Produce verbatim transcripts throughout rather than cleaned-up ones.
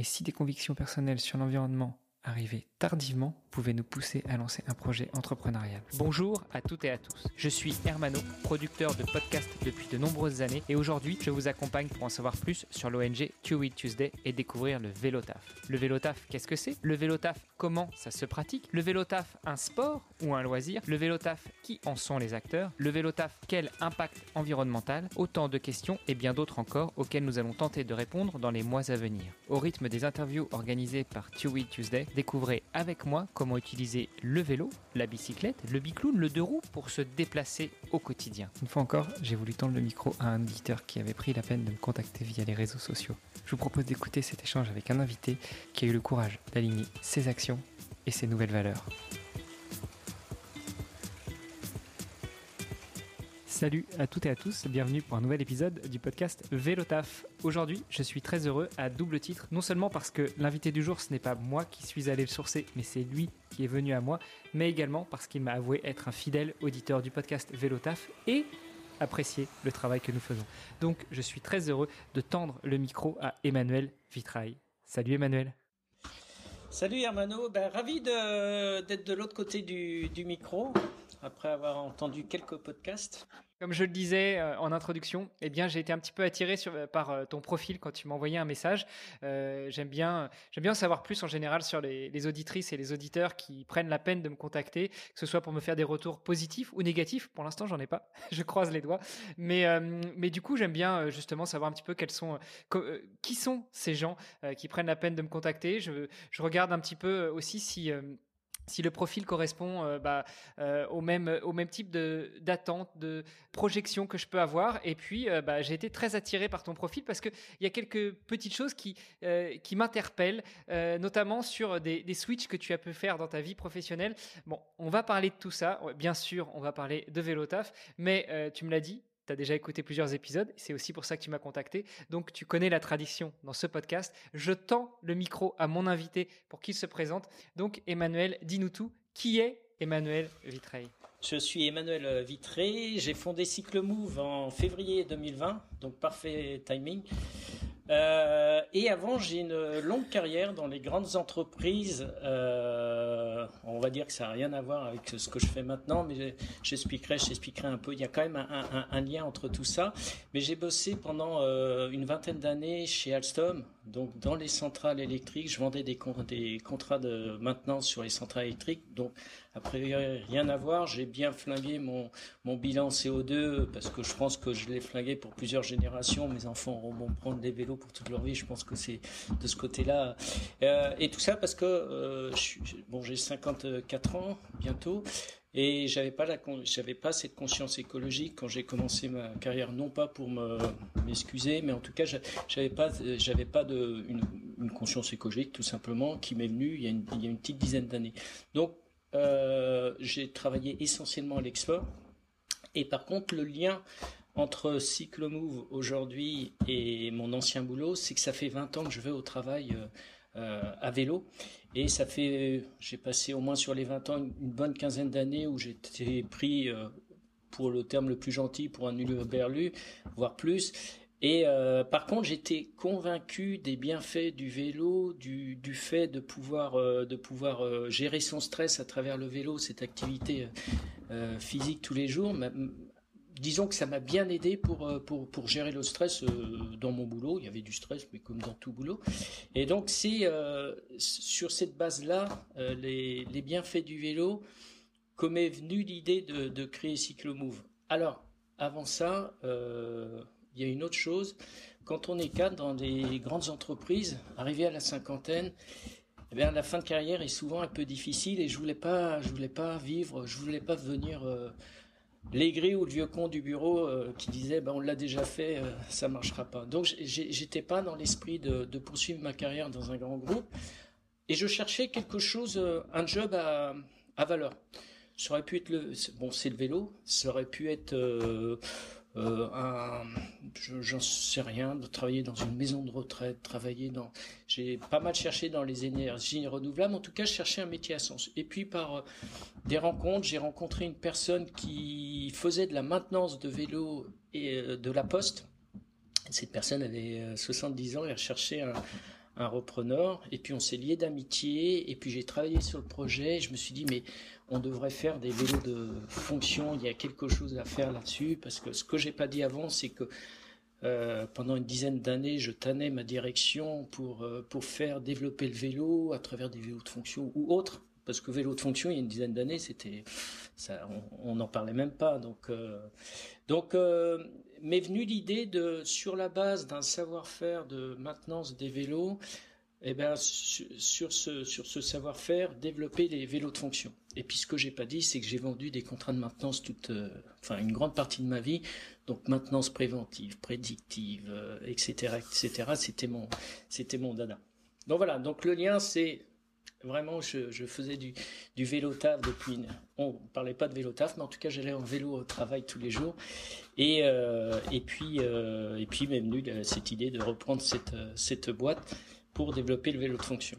Et si des convictions personnelles sur l'environnement arrivées tardivement pouvaient nous pousser à lancer un projet entrepreneurial. Bonjour à toutes et à tous. Je suis Hermano, producteur de podcasts depuis de nombreuses années et aujourd'hui, je vous accompagne pour en savoir plus sur l'O N G Two Wheel Tuesday et découvrir le vélo taf. Le vélo taf, qu'est-ce que c'est? Le vélo taf, comment ça se pratique? Le vélo taf, un sport ou un loisir? Le vélo taf, qui en sont les acteurs? Le vélo taf, quel impact environnemental? Autant de questions et bien d'autres encore auxquelles nous allons tenter de répondre dans les mois à venir. Au rythme des interviews organisées par Two Wheel Tuesday, découvrez avec moi comment utiliser le vélo, la bicyclette, le bicloune, le deux roues pour se déplacer au quotidien. Une fois encore, j'ai voulu tendre le micro à un auditeur qui avait pris la peine de me contacter via les réseaux sociaux. Je vous propose d'écouter cet échange avec un invité qui a eu le courage d'aligner ses actions et ses nouvelles valeurs. Salut à toutes et à tous, bienvenue pour un nouvel épisode du podcast Vélo Taf. Aujourd'hui, je suis très heureux à double titre, non seulement parce que l'invité du jour, ce n'est pas moi qui suis allé le sourcer, mais c'est lui qui est venu à moi, mais également parce qu'il m'a avoué être un fidèle auditeur du podcast Vélo Taf et apprécier le travail que nous faisons. Donc, je suis très heureux de tendre le micro à Emmanuel Vitrail. Salut Emmanuel. Salut Hermano, ben, ravi de, d'être de l'autre côté du, du micro. Après avoir entendu quelques podcasts. Comme je le disais euh, en introduction, eh bien, j'ai été un petit peu attiré sur, par euh, ton profil quand tu m'as envoyé un message. Euh, j'aime bien, j'aime bien en savoir plus en général sur les, les auditrices et les auditeurs qui prennent la peine de me contacter, que ce soit pour me faire des retours positifs ou négatifs. Pour l'instant, j'en ai pas. Je croise les doigts. Mais, euh, mais du coup, j'aime bien euh, justement savoir un petit peu quels sont, euh, co- euh, qui sont ces gens euh, qui prennent la peine de me contacter. Je, je regarde un petit peu aussi si euh, si le profil correspond euh, bah, euh, au même au même type de d'attente, de projection que je peux avoir. Et puis euh, bah, j'ai été très attiré par ton profil parce que il y a quelques petites choses qui euh, qui m'interpellent, euh, notamment sur des des switches que tu as pu faire dans ta vie professionnelle. Bon, on va parler de tout ça. Bien sûr, on va parler de vélo taf, mais euh, tu me l'as dit. Tu as déjà écouté plusieurs épisodes, c'est aussi pour ça que tu m'as contacté. Donc, tu connais la tradition dans ce podcast. Je tends le micro à mon invité pour qu'il se présente. Donc, Emmanuel, dis-nous tout. Qui est Emmanuel Vitrail? Je suis Emmanuel Vitrail. J'ai fondé Cyclemove en février deux mille vingt, donc parfait timing. Euh, et avant, j'ai une longue carrière dans les grandes entreprises. Euh, on va dire que ça n'a rien à voir avec ce que je fais maintenant, mais j'expliquerai, j'expliquerai un peu. Il y a quand même un, un, un lien entre tout ça. Mais j'ai bossé pendant euh, une vingtaine d'années chez Alstom, donc dans les centrales électriques. Je vendais des, con- des contrats de maintenance sur les centrales électriques. Donc après, rien à voir. J'ai bien flingué mon, mon bilan C O deux parce que je pense que je l'ai flingué pour plusieurs générations. Mes enfants vont prendre des vélos pour toute leur vie. Je pense que c'est de ce côté-là. Euh, et tout ça parce que euh, je suis, bon, j'ai cinquante-quatre ans bientôt et j'avais pas la, j'avais pas cette conscience écologique quand j'ai commencé ma carrière. Non pas pour me m'excuser, mais en tout cas, j'avais pas, j'avais pas de une, une conscience écologique tout simplement qui m'est venue il y a une, il y a une petite dizaine d'années. Donc euh, j'ai travaillé essentiellement à l'export. Et par contre, le lien entre Cyclemove aujourd'hui et mon ancien boulot, c'est que ça fait vingt ans que je vais au travail euh, euh, à vélo. Et ça fait, j'ai passé au moins sur les vingt ans une, une bonne quinzaine d'années où j'étais pris, euh, pour le terme le plus gentil, pour un hurluberlu, voire plus. Et euh, par contre, j'étais convaincu des bienfaits du vélo, du, du fait de pouvoir euh, de pouvoir euh, gérer son stress à travers le vélo, cette activité euh, physique tous les jours. Disons que ça m'a bien aidé pour pour pour gérer le stress euh, dans mon boulot. Il y avait du stress, mais comme dans tout boulot. Et donc c'est euh, sur cette base-là, euh, les les bienfaits du vélo, qu'est m'est venue l'idée de de créer Cyclemove. Alors avant ça. Euh, Il y a une autre chose, quand on est cadre dans des grandes entreprises, arrivé à la cinquantaine, eh bien la fin de carrière est souvent un peu difficile et je voulais pas, je voulais pas vivre, je voulais pas devenir euh, l'aigri ou le vieux con du bureau euh, qui disait ben on l'a déjà fait, euh, ça marchera pas. Donc j'ai, j'étais pas dans l'esprit de, de poursuivre ma carrière dans un grand groupe et je cherchais quelque chose, euh, un job à, à valeur. Ça aurait pu être le, bon c'est le vélo, ça aurait pu être euh, Euh, un, je, j'en sais rien, de travailler dans une maison de retraite, travailler dans, j'ai pas mal cherché dans les énergies renouvelables, en tout cas je cherchais un métier à sens. Et puis par euh, des rencontres, j'ai rencontré une personne qui faisait de la maintenance de vélo et euh, de la poste. Cette personne avait soixante-dix ans et recherchait un, un repreneur, et puis on s'est liés d'amitié, et puis j'ai travaillé sur le projet, et je me suis dit, mais on devrait faire des vélos de fonction, il y a quelque chose à faire là-dessus, parce que ce que j'ai pas dit avant, c'est que euh, pendant une dizaine d'années, je tannais ma direction pour, euh, pour faire développer le vélo à travers des vélos de fonction ou autres. Parce que vélo de fonction, il y a une dizaine d'années, c'était, ça, on n'en parlait même pas. Donc, euh, donc euh, m'est venue l'idée de, sur la base d'un savoir-faire de maintenance des vélos, eh ben, sur, sur ce, sur ce savoir-faire, développer les vélos de fonction. Et puis ce que j'ai pas dit, c'est que j'ai vendu des contrats de maintenance toute, euh, enfin une grande partie de ma vie. Donc maintenance préventive, prédictive, euh, et cetera, et cetera. C'était mon, c'était mon dada. Donc voilà. Donc le lien, c'est vraiment, je, je faisais du, du vélo taf depuis. Une, on ne parlait pas de vélo taf, mais en tout cas, j'allais en vélo au travail tous les jours. Et, euh, et puis, euh, et puis m'est venue cette idée de reprendre cette, cette boîte pour développer le vélo de fonction.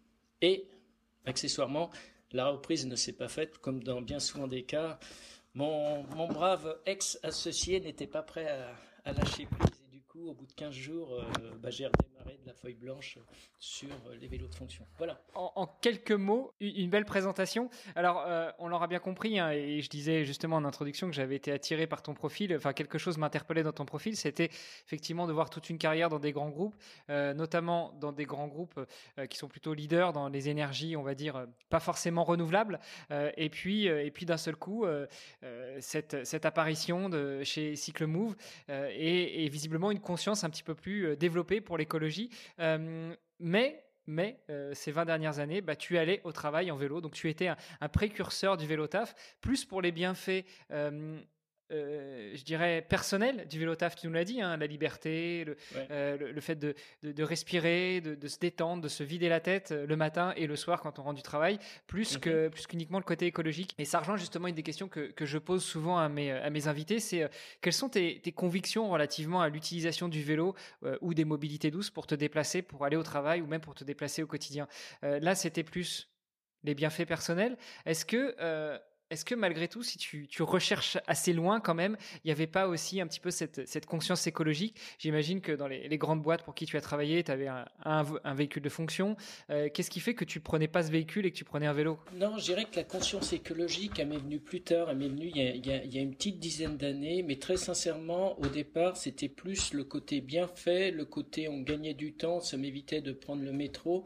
Et, accessoirement, la reprise ne s'est pas faite, comme dans bien souvent des cas. Mon, mon brave ex-associé n'était pas prêt à, à lâcher prise. Et du coup, au bout de quinze jours, euh, bah, j'ai redémarré de la feuille blanche sur les vélos de fonction. Voilà. En, en quelques mots, une belle présentation. Alors, euh, on l'aura bien compris, hein, et je disais justement en introduction que j'avais été attiré par ton profil. Enfin, quelque chose m'interpellait dans ton profil, c'était effectivement de voir toute une carrière dans des grands groupes, euh, notamment dans des grands groupes euh, qui sont plutôt leaders dans les énergies, on va dire, euh, pas forcément renouvelables. Euh, et puis, euh, et puis d'un seul coup, euh, euh, cette, cette apparition de chez Cyclemove euh, et, et visiblement une conscience un petit peu plus euh, développée pour l'écologie. Euh, mais Mais euh, ces vingt dernières années, bah, tu allais au travail en vélo, donc tu étais un, un précurseur du vélo taf, plus pour les bienfaits, euh, euh, je dirais, personnels du vélo taf, tu nous l'as dit, hein, la liberté, le, Ouais. euh, le, le fait de, de, de respirer, de, de se détendre, de se vider la tête euh, le matin et le soir quand on rentre du travail, plus, Mm-hmm. que, plus qu'uniquement le côté écologique. Et ça rejoint justement une des questions que, que je pose souvent à mes, à mes invités, c'est euh, quelles sont tes, tes convictions relativement à l'utilisation du vélo euh, ou des mobilités douces pour te déplacer, pour aller au travail ou même pour te déplacer au quotidien. Euh, là, c'était plus les bienfaits personnels. Est-ce que, euh, est-ce que malgré tout, si tu, tu recherches assez loin quand même, il n'y avait pas aussi un petit peu cette, cette conscience écologique? J'imagine que dans les, les grandes boîtes pour qui tu as travaillé, tu avais un, un, un véhicule de fonction. Euh, qu'est-ce qui fait que tu prenais pas ce véhicule et que tu prenais un vélo? Non, je dirais que la conscience écologique, elle m'est venue plus tard. Elle m'est venue il y a, il y a, il y a une petite dizaine d'années. Mais très sincèrement, au départ, c'était plus le côté bien fait, le côté on gagnait du temps, ça m'évitait de prendre le métro.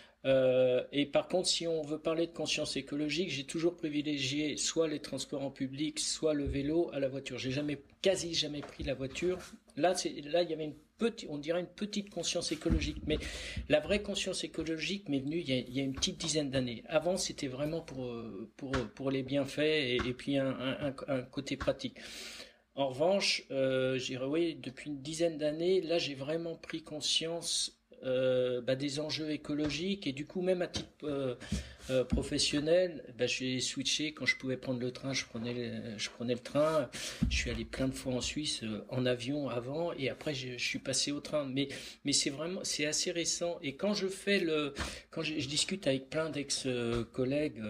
Euh, et par contre, si on veut parler de conscience écologique, j'ai toujours privilégié soit les transports en public, soit le vélo à la voiture. J'ai jamais, quasi jamais pris la voiture. Là, c'est, là, il y avait une petite, on dirait une petite conscience écologique. Mais la vraie conscience écologique m'est venue il y a, il y a une petite dizaine d'années. Avant, c'était vraiment pour, pour, pour les bienfaits et, et puis un, un, un côté pratique. En revanche, euh, je dirais, oui, depuis une dizaine d'années, là, j'ai vraiment pris conscience Euh, bah, des enjeux écologiques et du coup même à titre euh, euh, professionnel, bah, j'ai switché quand je pouvais prendre le train, je prenais le, je prenais le train. Je suis allé plein de fois en Suisse euh, en avion avant et après je, je suis passé au train. Mais mais c'est vraiment c'est assez récent et quand je fais le quand je, je discute avec plein d'ex-collègues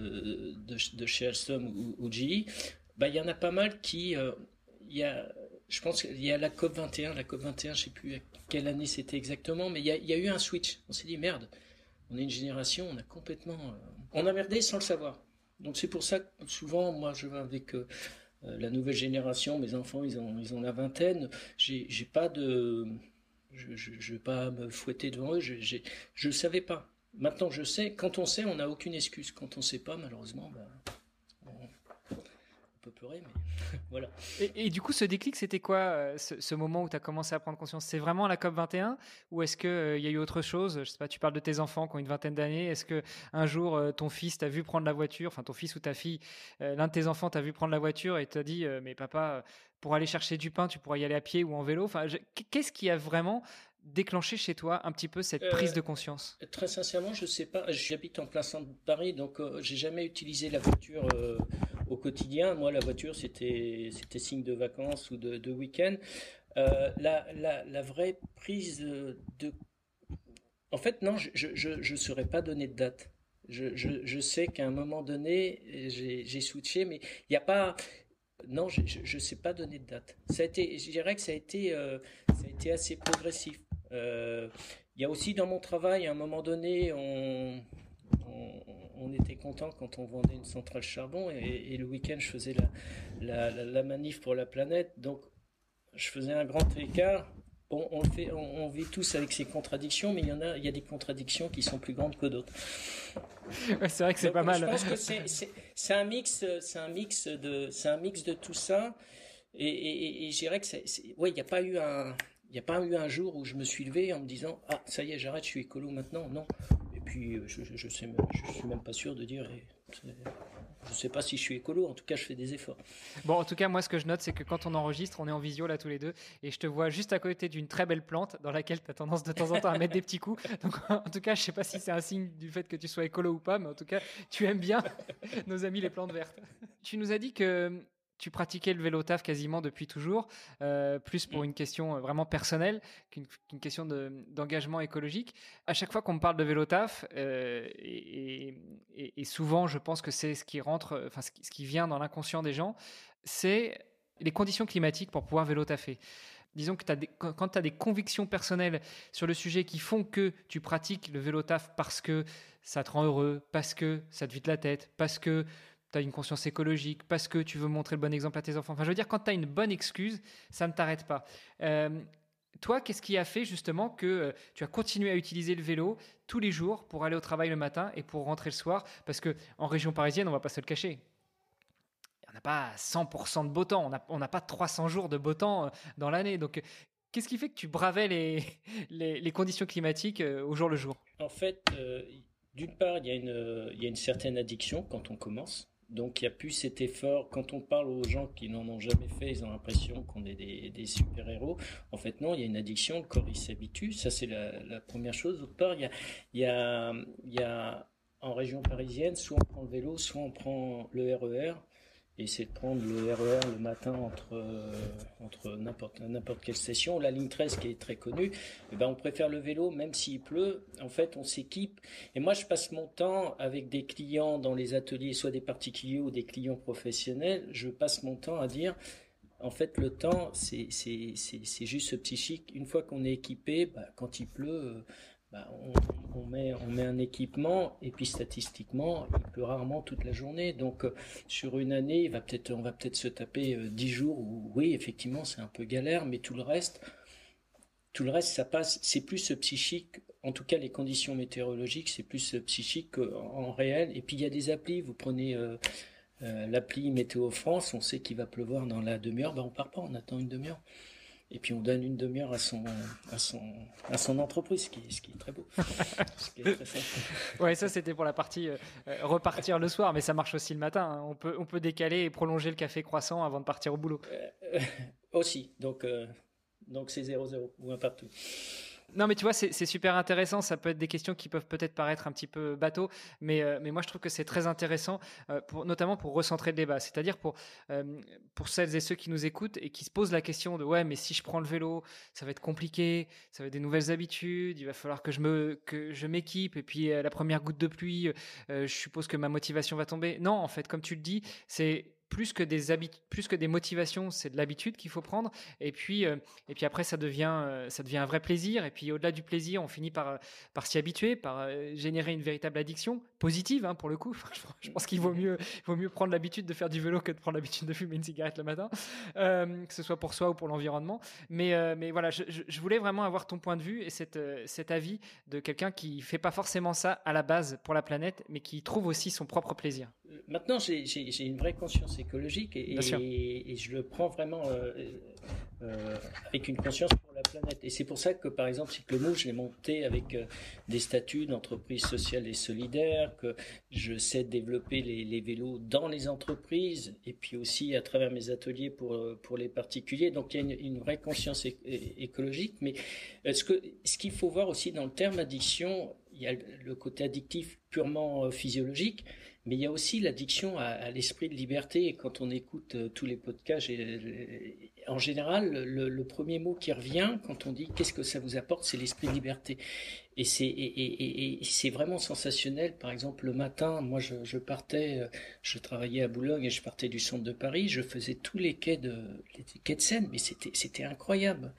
de de, de chez Alstom ou, ou G E, bah il y en a pas mal qui euh, il y a je pense qu'il y a la COP vingt et un, la COP vingt et un, je sais plus quelle année c'était exactement, mais il y a, il y a eu un switch. On s'est dit merde, on est une génération, on a complètement, euh, on a merdé sans le savoir. Donc c'est pour ça que souvent, moi, je vais avec euh, la nouvelle génération, mes enfants, ils ont, ils ont la vingtaine. J'ai, j'ai pas de, je, je, je vais pas me fouetter devant eux. Je, j'ai, je savais pas. Maintenant, je sais. Quand on sait, on n'a aucune excuse. Quand on sait pas, malheureusement, ben, on, on peut pleurer, mais. Voilà. Et, et du coup, ce déclic, c'était quoi, euh, ce, ce moment où tu as commencé à prendre conscience? C'est vraiment la COP vingt et un ou est-ce qu'il euh, y a eu autre chose? Je sais pas, tu parles de tes enfants qui ont une vingtaine d'années. Est-ce qu'un jour, euh, ton fils t'a vu prendre la voiture, enfin ton fils ou ta fille, euh, l'un de tes enfants t'a vu prendre la voiture et t'a dit euh, mais papa, pour aller chercher du pain, tu pourrais y aller à pied ou en vélo. Enfin, je, qu'est-ce qui a vraiment déclenché chez toi un petit peu cette euh, prise de conscience? Très sincèrement, je sais pas. J'habite en plein centre de Paris, donc euh, j'ai jamais utilisé la voiture euh, au quotidien. Moi, la voiture, c'était c'était signe de vacances ou de, de week-end. Euh, la, la, la vraie prise de, de... En fait, non, je je je saurais pas donner de date. Je je, je sais qu'à un moment donné, j'ai j'ai switché, mais il n'y a pas. Non, je ne sais pas donner de date. Ça a été, je dirais que ça a été, euh, ça a été assez progressif. Euh, il y a aussi dans mon travail, à un moment donné, on, on, on était content quand on vendait une centrale charbon et, et le week-end, je faisais la, la, la, la manif pour la planète. Donc, je faisais un grand écart. Bon, on, fait, on, on vit tous avec ces contradictions, mais il y en a, il y a des contradictions qui sont plus grandes que d'autres. Ouais, c'est vrai que c'est Donc, pas mal. Je pense que c'est, c'est, c'est un mix, c'est un mix de, c'est un mix de tout ça. Et, et, et je dirais que c'est, c'est ouais, il n'y a pas eu un, il n'y a pas eu un jour où je me suis levé en me disant ah ça y est, j'arrête, je suis écolo maintenant. Non. Et puis je, je, je sais, je suis même pas sûr de dire. Je sais pas si je suis écolo, en tout cas je fais des efforts. Bon, en tout cas, moi ce que je note, c'est que quand on enregistre, on est en visio là tous les deux, et je te vois juste à côté d'une très belle plante dans laquelle tu as tendance de temps en temps à mettre des petits coups. Donc en tout cas, je sais pas si c'est un signe du fait que tu sois écolo ou pas, mais en tout cas, tu aimes bien nos amis les plantes vertes. Tu nous as dit que tu pratiquais le vélo taf quasiment depuis toujours, euh, plus pour une question vraiment personnelle qu'une, qu'une question de, d'engagement écologique. À chaque fois qu'on me parle de vélo taf, euh, et, et, et souvent je pense que c'est ce qui rentre, enfin ce qui, ce qui vient dans l'inconscient des gens, c'est les conditions climatiques pour pouvoir vélo taffer. Disons que t'as des, quand tu as des convictions personnelles sur le sujet qui font que tu pratiques le vélo taf parce que ça te rend heureux, parce que ça te vide la tête, parce que tu as une conscience écologique, parce que tu veux montrer le bon exemple à tes enfants. Enfin, je veux dire, quand tu as une bonne excuse, ça ne t'arrête pas. Euh, toi, qu'est-ce qui a fait justement que euh, tu as continué à utiliser le vélo tous les jours pour aller au travail le matin et pour rentrer le soir? Parce qu'en région parisienne, on ne va pas se le cacher. On n'a pas cent pour cent de beau temps. On n'a pas trois cents jours de beau temps dans l'année. Donc, qu'est-ce qui fait que tu bravais les, les, les conditions climatiques euh, au jour le jour? En fait, euh, d'une part, il y a une, il y a une certaine addiction quand on commence. Donc il n'y a plus cet effort. Quand on parle aux gens qui n'en ont jamais fait, ils ont l'impression qu'on est des, des super-héros. En fait, non, il y a une addiction, le corps il s'habitue. Ça, c'est la, la première chose. D'autre part, il y a, il y a, il y a en région parisienne, soit on prend le vélo, soit on prend le R E R. Et c'est de prendre le R E R le matin entre, euh, entre n'importe, n'importe quelle station. La ligne treize qui est très connue, eh ben on préfère le vélo même s'il pleut. En fait, on s'équipe. Et moi, je passe mon temps avec des clients dans les ateliers, soit des particuliers ou des clients professionnels. Je passe mon temps à dire, en fait, le temps, c'est, c'est, c'est, c'est juste psychique. Une fois qu'on est équipé, bah, quand il pleut... Euh, Bah, on, on, met, on met un équipement et puis statistiquement il pleut rarement toute la journée, donc euh, sur une année il va peut-être, on va peut-être se taper euh, dix jours où oui effectivement c'est un peu galère, mais tout le reste tout le reste ça passe. C'est plus euh, psychique, en tout cas les conditions météorologiques c'est plus euh, psychique qu'en réel. Et puis il y a des applis, vous prenez euh, euh, l'appli Météo France, on sait qu'il va pleuvoir dans la demi-heure, ben on part pas, on attend une demi-heure. Et puis on donne une demi-heure à son, à son, à son entreprise, ce qui est, ce qui est très beau. Ce qui est très simple. Ouais, ça c'était pour la partie euh, repartir le soir, mais ça marche aussi le matin. Hein. On peut, on peut décaler et prolonger le café croissant avant de partir au boulot. Euh, euh, aussi, donc, euh, donc c'est zéro zéro ou un partout. Non, mais tu vois, c'est, c'est super intéressant. Ça peut être des questions qui peuvent peut-être paraître un petit peu bateau, mais, euh, mais moi, je trouve que c'est très intéressant, euh, pour, notamment pour recentrer le débat. C'est-à-dire pour, euh, pour celles et ceux qui nous écoutent et qui se posent la question de « Ouais, mais si je prends le vélo, ça va être compliqué, ça va être des nouvelles habitudes, il va falloir que je, me, que je m'équipe, et puis euh, la première goutte de pluie, euh, je suppose que ma motivation va tomber. » Non, en fait, comme tu le dis, c'est... Plus que, des habit- plus que des motivations, c'est de l'habitude qu'il faut prendre. Et puis, euh, et puis après, ça devient, euh, ça devient un vrai plaisir. Et puis au-delà du plaisir, on finit par, par s'y habituer, par euh, générer une véritable addiction, positive hein, pour le coup. Je pense qu'il vaut mieux, il vaut mieux prendre l'habitude de faire du vélo que de prendre l'habitude de fumer une cigarette le matin, euh, que ce soit pour soi ou pour l'environnement. Mais, euh, mais voilà, je, je voulais vraiment avoir ton point de vue et cette, cet avis de quelqu'un qui ne fait pas forcément ça à la base pour la planète, mais qui trouve aussi son propre plaisir. Maintenant, j'ai, j'ai, j'ai une vraie conscience écologique et, et, et je le prends vraiment euh, euh, avec une conscience pour la planète. Et c'est pour ça que, par exemple, Cyclemove, je l'ai monté avec euh, des statuts d'entreprise sociale et solidaire, que je sais développer les, les vélos dans les entreprises et puis aussi à travers mes ateliers pour, pour les particuliers. Donc, il y a une, une vraie conscience é- é- écologique. Mais euh, ce, que, ce qu'il faut voir aussi dans le terme addiction, il y a le côté addictif purement euh, physiologique, mais il y a aussi l'addiction à, à l'esprit de liberté. Et quand on écoute euh, tous les podcasts, et, en général, le, le premier mot qui revient quand on dit qu'est-ce que ça vous apporte, c'est l'esprit de liberté. Et c'est, et, et, et c'est vraiment sensationnel. Par exemple, le matin, moi, je, je partais, je travaillais à Boulogne et je partais du centre de Paris. Je faisais tous les quais de, les quais de Seine, mais c'était, c'était incroyable.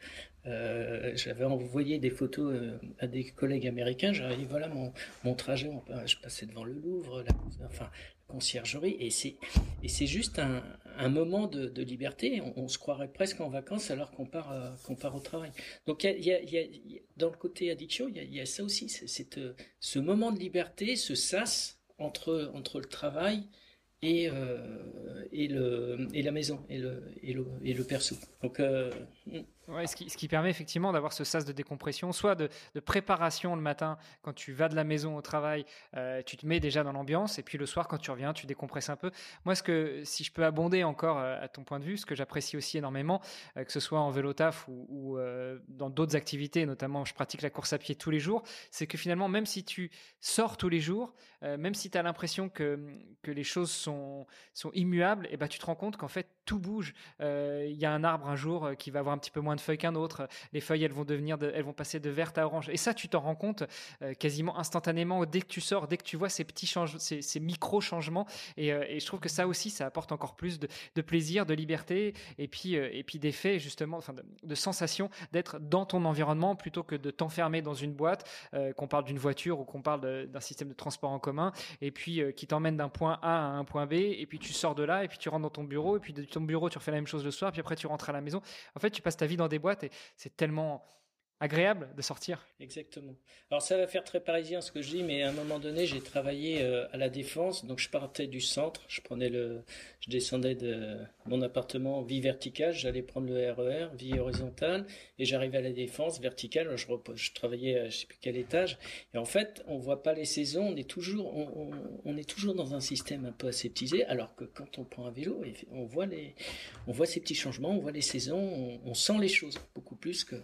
Euh, j'avais envoyé des photos euh, à des collègues américains. J'avais dit voilà mon, mon trajet. On, je passais devant le Louvre, la, enfin la conciergerie, et c'est et c'est juste un, un moment de, de liberté. On, on se croirait presque en vacances alors qu'on part euh, qu'on part au travail. Donc il y a, il y a, il y a, dans le côté addiction, il y a, il y a ça aussi. C'est, c'est euh, ce moment de liberté, ce sas entre entre le travail et euh, et le et la maison et le et le et le perso. Donc euh, Ouais, ce qui, ce qui permet effectivement d'avoir ce sas de décompression, soit de, de préparation le matin quand tu vas de la maison au travail, euh, tu te mets déjà dans l'ambiance, et puis le soir quand tu reviens, tu décompresses un peu. Moi, ce que, si je peux abonder encore euh, à ton point de vue, ce que j'apprécie aussi énormément, euh, que ce soit en vélo taf ou, ou euh, dans d'autres activités, notamment je pratique la course à pied tous les jours, c'est que finalement, même si tu sors tous les jours, euh, même si tu as l'impression que, que les choses sont, sont immuables, et ben, tu te rends compte qu'en fait, tout bouge. Il euh, y a un arbre un jour euh, qui va avoir un petit peu moins de feuilles qu'un autre. Les feuilles, elles vont devenir, de, elles vont passer de verte à orange. Et ça, tu t'en rends compte euh, quasiment instantanément dès que tu sors, dès que tu vois ces petits changements, ces, ces micro changements. Et, euh, et je trouve que ça aussi, ça apporte encore plus de, de plaisir, de liberté, et puis euh, et puis d'effet justement, enfin de, de sensation d'être dans ton environnement plutôt que de t'enfermer dans une boîte. Euh, qu'on parle d'une voiture ou qu'on parle de, d'un système de transport en commun, et puis euh, qui t'emmène d'un point A à un point B, et puis tu sors de là, et puis tu rentres dans ton bureau, et puis de ton bureau, tu refais la même chose le soir, puis après tu rentres à la maison. En fait, tu passes ta vie dans des boîtes, et c'est tellement agréable de sortir. Exactement. Alors ça va faire très parisien ce que je dis, mais à un moment donné, j'ai travaillé euh, à la Défense, donc je partais du centre, je prenais le, je descendais de mon appartement vie verticale, j'allais prendre le R E R vie horizontale, et j'arrivais à la Défense verticale. Je, je travaillais à je sais plus quel étage, et en fait, on voit pas les saisons, on est toujours, on, on, on est toujours dans un système un peu aseptisé, alors que quand on prend un vélo, on voit les, on voit ces petits changements, on voit les saisons, on, on sent les choses beaucoup plus que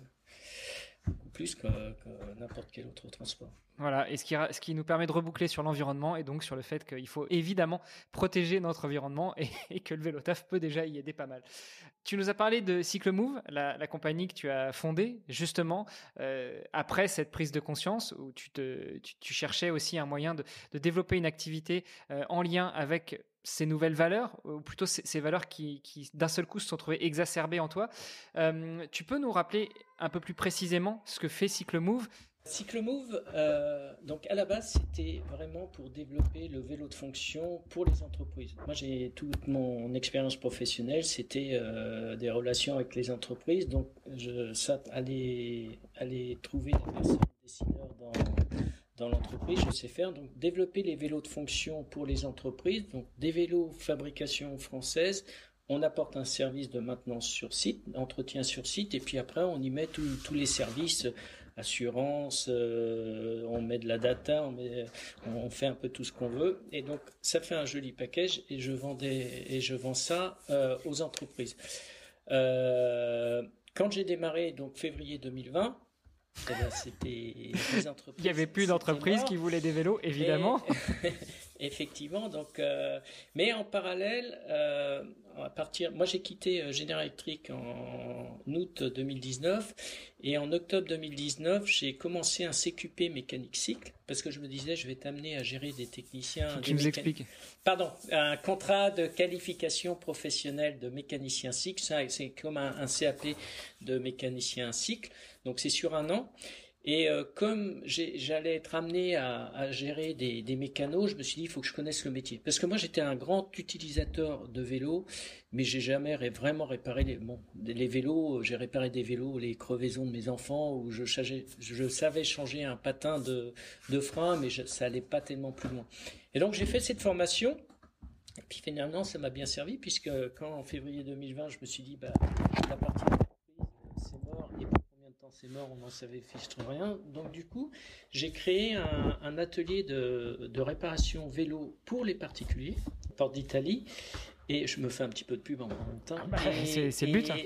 plus que, que n'importe quel autre transport. Voilà, et ce qui, ce qui nous permet de reboucler sur l'environnement, et donc sur le fait qu'il faut évidemment protéger notre environnement, et, et que le vélo taf peut déjà y aider pas mal. Tu nous as parlé de Cyclemove, la, la compagnie que tu as fondée justement euh, après cette prise de conscience, où tu, te, tu, tu cherchais aussi un moyen de, de développer une activité euh, en lien avec ces nouvelles valeurs, ou plutôt ces, ces valeurs qui, qui d'un seul coup se sont trouvées exacerbées en toi. Euh, tu peux nous rappeler un peu plus précisément ce que fait Cyclemove? Cyclemove, euh, donc à la base, c'était vraiment pour développer le vélo de fonction pour les entreprises. Moi, j'ai toute mon expérience professionnelle, c'était euh, des relations avec les entreprises, donc je, ça, aller, aller trouver des personnes dessineurs dans dans l'entreprise, je sais faire. Donc développer les vélos de fonction pour les entreprises, donc des vélos fabrication française. On apporte un service de maintenance sur site, entretien sur site, et puis après on y met tous les services, assurance, euh, on met de la data, on, met, on fait un peu tout ce qu'on veut, et donc ça fait un joli package, et je vends des, et je vends ça euh, aux entreprises. Euh, quand j'ai démarré, donc février deux mille vingt, eh ben, c'était des entreprises. Il n'y avait plus d'entreprises qui voulaient des vélos, évidemment. Et, effectivement, donc, euh, mais en parallèle, euh, à partir, moi j'ai quitté euh, General Electric en août deux mille dix-neuf, et en octobre deux mille dix-neuf, j'ai commencé un C Q P mécanique cycle, parce que je me disais, je vais t'amener à gérer des techniciens. Faut que des tu nous mécan... expliques. Pardon, un contrat de qualification professionnelle de mécanicien cycle, ça, c'est comme un, un C A P de mécanicien cycle, donc c'est sur un an. Et euh, comme j'ai, j'allais être amené à, à gérer des, des mécanos, je me suis dit il faut que je connaisse le métier. Parce que moi j'étais un grand utilisateur de vélos, mais j'ai jamais ré, vraiment réparé les, bon, les vélos. J'ai réparé des vélos, les crevaisons de mes enfants, où je, je, je savais changer un patin de, de frein, mais je, ça allait pas tellement plus loin. Et donc j'ai fait cette formation. Et puis finalement ça m'a bien servi, puisque quand en février deux mille vingt je me suis dit bah la partie c'est mort, et c'est mort, on n'en savait fiche rien. Donc du coup, j'ai créé un, un atelier de, de réparation vélo pour les particuliers, Porte d'Italie, et je me fais un petit peu de pub en même temps. Ah bah, c'est, c'est le but. Hein.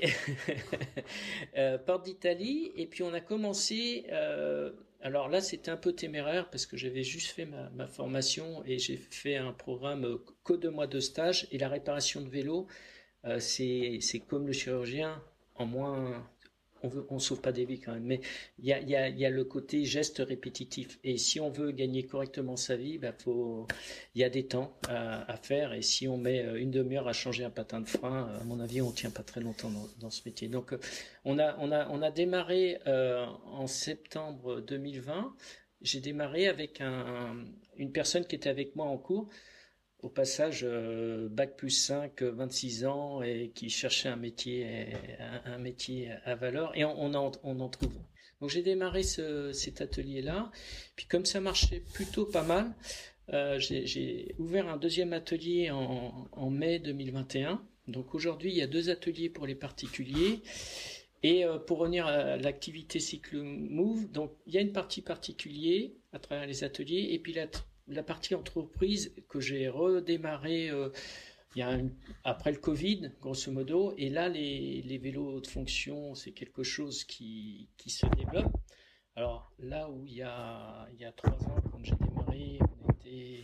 euh, Porte d'Italie, et puis on a commencé. Euh, alors là, c'était un peu téméraire parce que j'avais juste fait ma, ma formation et j'ai fait un programme que deux mois de stage, et la réparation de vélo, euh, c'est, c'est comme le chirurgien en moins. on veut, on sauve pas des vies quand même, mais il y a, il y a, il y a le côté geste répétitif. Et si on veut gagner correctement sa vie, bah, faut, il y a des temps à, à faire. Et si on met une demi-heure à changer un patin de frein, à mon avis, on tient pas très longtemps dans, dans ce métier. Donc, on a, on a, on a démarré euh, en septembre deux mille vingt. J'ai démarré avec un, une personne qui était avec moi en cours. Au passage, euh, bac plus cinq, vingt-six ans, et qui cherchait un métier, un, un métier à valeur, et on, on, en, on en trouve. Donc j'ai démarré ce, cet atelier-là, puis comme ça marchait plutôt pas mal, euh, j'ai, j'ai ouvert un deuxième atelier en, en mai deux mille vingt et un. Donc aujourd'hui, il y a deux ateliers pour les particuliers. Et euh, pour revenir à l'activité Cycle Move, donc il y a une partie particulier à travers les ateliers, et puis la la partie entreprise que j'ai redémarré euh, il y a une, après le Covid, grosso modo. Et là, les, les vélos de fonction, c'est quelque chose qui, qui se développe. Alors là où il y a, il y a trois ans, quand j'ai démarré, on était,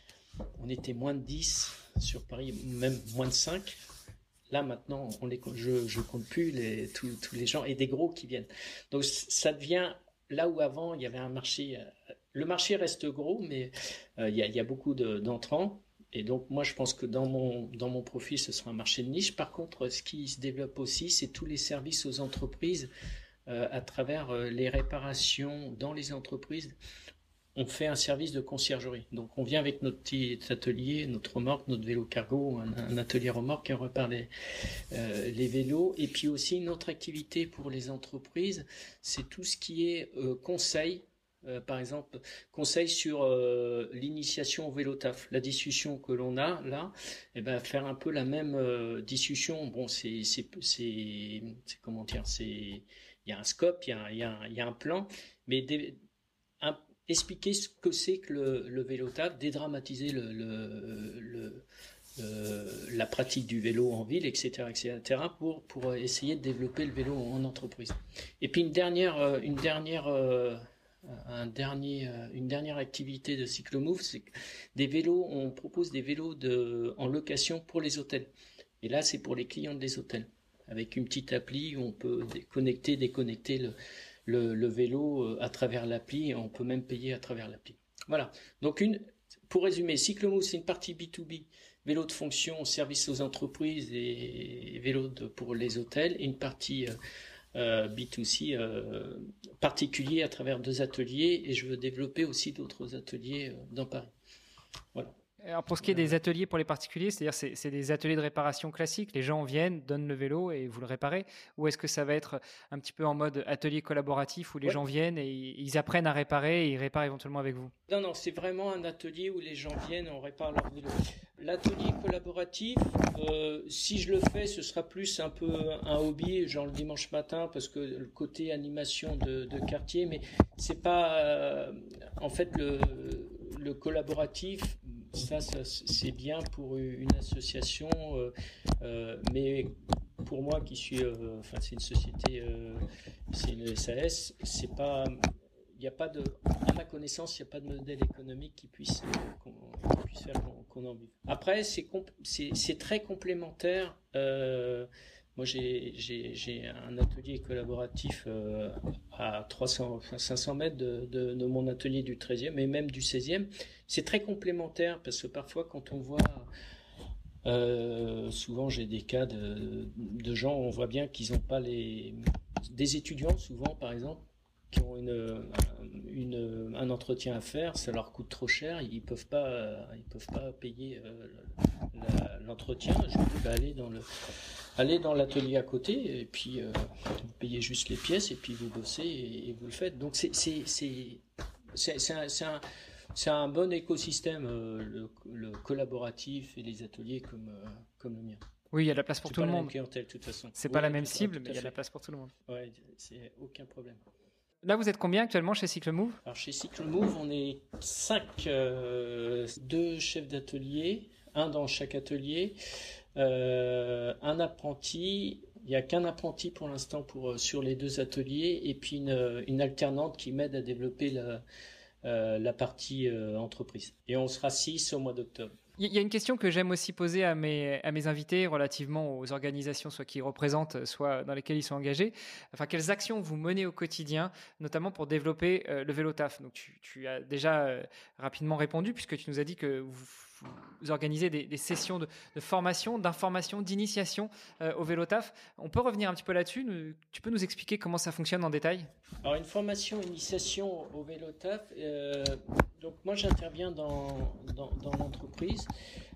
on était moins de dix sur Paris, même moins de cinq. Là, maintenant, on les, je ne compte plus les, tous, tous les gens et des gros qui viennent. Donc, ça devient là où avant, il y avait un marché... Le marché reste gros, mais euh, il y, y a beaucoup de, d'entrants. Et donc, moi, je pense que dans mon, dans mon profil, ce sera un marché de niche. Par contre, ce qui se développe aussi, c'est tous les services aux entreprises euh, à travers euh, les réparations dans les entreprises. On fait un service de conciergerie. Donc, on vient avec notre petit atelier, notre remorque, notre vélo cargo, un, un atelier remorque, et on repart les, euh, les vélos. Et puis aussi, une autre activité pour les entreprises, c'est tout ce qui est euh, conseil. Euh, par exemple, conseil sur euh, l'initiation au vélo taf. La discussion que l'on a là, eh ben, faire un peu la même euh, discussion. Bon, c'est, c'est, c'est, c'est comment dire, c'est, il y a un scope, il y a, il y a, il y a un plan, mais des, un, expliquer ce que c'est que le, le vélo taf, dédramatiser le, le, le Euh, la pratique du vélo en ville, et cetera, et cetera, pour pour essayer de développer le vélo en entreprise. Et puis une dernière, une dernière, euh, un dernier, une dernière activité de Cyclomove, c'est que des vélos, on propose des vélos de en location pour les hôtels. Et là, c'est pour les clients des hôtels, avec une petite appli où on peut connecter, déconnecter le le, le vélo à travers l'appli, et on peut même payer à travers l'appli. Voilà. Donc une, pour résumer, Cyclomove, c'est une partie B deux B. Vélo de fonction, service aux entreprises et vélo de, pour les hôtels, et une partie euh, B deux C euh, particulier à travers deux ateliers, et je veux développer aussi d'autres ateliers euh, dans Paris. Voilà. Alors pour ce qui est des ateliers pour les particuliers, c'est-à-dire c'est, c'est des ateliers de réparation classiques, les gens viennent, donnent le vélo et vous le réparez, ou est-ce que ça va être un petit peu en mode atelier collaboratif où les ouais. gens viennent et ils apprennent à réparer et ils réparent éventuellement avec vous? Non, non, c'est vraiment un atelier où les gens viennent et on répare leur vélo. L'atelier collaboratif, euh, si je le fais, ce sera plus un peu un hobby, genre le dimanche matin, parce que le côté animation de, de quartier, mais c'est pas, euh, en fait, le, le collaboratif, ça, ça, c'est bien pour une association, euh, euh, mais pour moi qui suis, euh, enfin, c'est une société, euh, c'est une S A S, c'est pas. Il n'y a pas de, à ma connaissance, il n'y a pas de modèle économique qui puisse, qu'on, qui puisse faire qu'on, qu'on en vive. Après, c'est, c'est, c'est très complémentaire. Euh, moi, j'ai, j'ai, j'ai un atelier collaboratif euh, à trois cents, cinq cents mètres de, de, de mon atelier du treizième, et même du seizième. C'est très complémentaire parce que parfois, quand on voit, euh, souvent j'ai des cas de, de gens, on voit bien qu'ils n'ont pas les, des étudiants souvent, par exemple, qui ont une, une, un entretien à faire, ça leur coûte trop cher, ils peuvent pas, ils peuvent pas payer euh, la, l'entretien. Je dis, bah, allez dans le, allez dans l'atelier à côté, et puis euh, vous payez juste les pièces, et puis vous bossez et, et vous le faites. Donc c'est, c'est, c'est, c'est, c'est, un, c'est, un, c'est un bon écosystème, euh, le, le collaboratif et les ateliers comme, euh, comme le mien. Oui, il y a de la place pour c'est tout le monde. Clientèle, de toute façon. C'est oui, pas la même tout, cible, tout mais il y a de la place pour tout le monde. Ouais, c'est aucun problème. Là, vous êtes combien actuellement chez Cyclomove ? Alors chez Cyclomove, on est cinq, euh, deux chefs d'atelier, un dans chaque atelier, euh, un apprenti. Il n'y a qu'un apprenti pour l'instant pour sur les deux ateliers, et puis une, une alternante qui m'aide à développer la, euh, la partie euh, entreprise. Et on sera six au mois d'octobre. Il y a une question que j'aime aussi poser à mes, à mes invités relativement aux organisations, soit qu'ils représentent, soit dans lesquelles ils sont engagés. Enfin, quelles actions vous menez au quotidien, notamment pour développer euh, le vélo taf? Donc, tu, tu as déjà euh, rapidement répondu, puisque tu nous as dit que vous, vous organisez des, des sessions de, de formation, d'information, d'initiation euh, au vélo taf. On peut revenir un petit peu là-dessus. Nous, tu peux nous expliquer comment ça fonctionne en détail? Alors, une formation, initiation au vélo taf. Euh, donc, moi, j'interviens dans, dans, dans l'entreprise.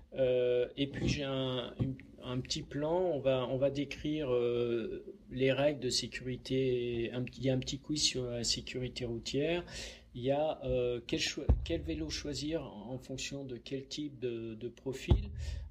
Euh, et puis j'ai un, une, un petit plan, on va, on va décrire euh, les règles de sécurité, un, il y a un petit quiz sur la sécurité routière, il y a euh, quel, cho- quel vélo choisir en fonction de quel type de, de profil,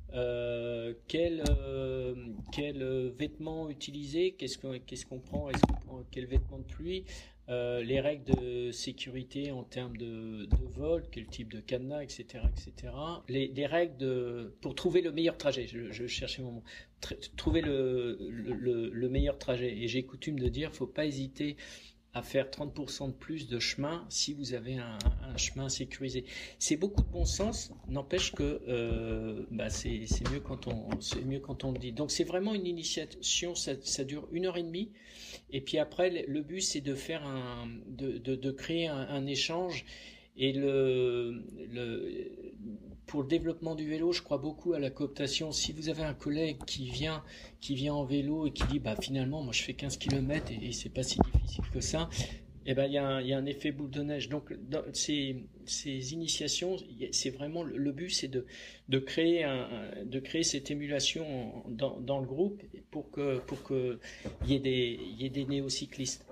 euh, quel, euh, quel vêtement utiliser, qu'est-ce qu'on, qu'est-ce qu'on prend, est-ce qu'on prend quel vêtement de pluie, Euh, les règles de sécurité en termes de, de vol, quel type de cadenas, et cetera, et cetera. Les, les règles de, pour trouver le meilleur trajet. Je, je cherchais mon mot. Tr- trouver le, le, le, le meilleur trajet. Et j'ai coutume de dire, faut pas hésiter à faire trente pour cent de plus de chemin si vous avez un, un chemin sécurisé. C'est beaucoup de bon sens, n'empêche que euh, bah c'est, c'est mieux quand on c'est mieux quand on le dit. Donc c'est vraiment une initiation, ça, ça dure une heure et demie. Et puis après, le but c'est de faire un, de, de, de créer un, un échange. Et le, le, pour le développement du vélo, je crois beaucoup à la cooptation. Si vous avez un collègue qui vient, qui vient en vélo et qui dit, bah finalement, moi je fais quinze kilomètres et, et c'est pas si difficile que ça, eh ben il y a un, il y a un effet boule de neige. Donc dans ces, ces initiations, c'est vraiment le but, c'est de, de créer un, de créer cette émulation dans, dans le groupe pour que pour que il y ait des, il y ait des néocyclistes.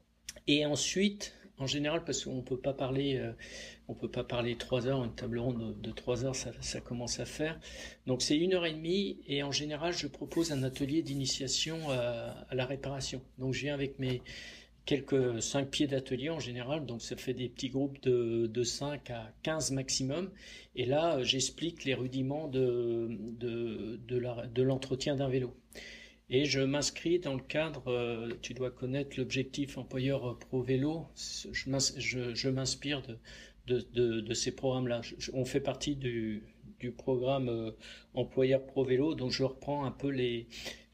Et ensuite, en général, parce qu'on peut pas parler, euh, on peut pas parler trois heures, une table ronde de trois heures, ça, ça commence à faire. Donc c'est une heure et demie, et en général, je propose un atelier d'initiation à, à la réparation. Donc je viens avec mes quelques cinq pieds d'atelier en général, donc ça fait des petits groupes de, de cinq à quinze maximum. Et là, j'explique les rudiments de, de, de, la, de l'entretien d'un vélo. Et je m'inscris dans le cadre, euh, tu dois connaître l'objectif employeur pro vélo, je, je, je m'inspire de, de, de, de ces programmes-là. Je, on fait partie du, du programme euh, employeur pro vélo, donc je reprends un peu les,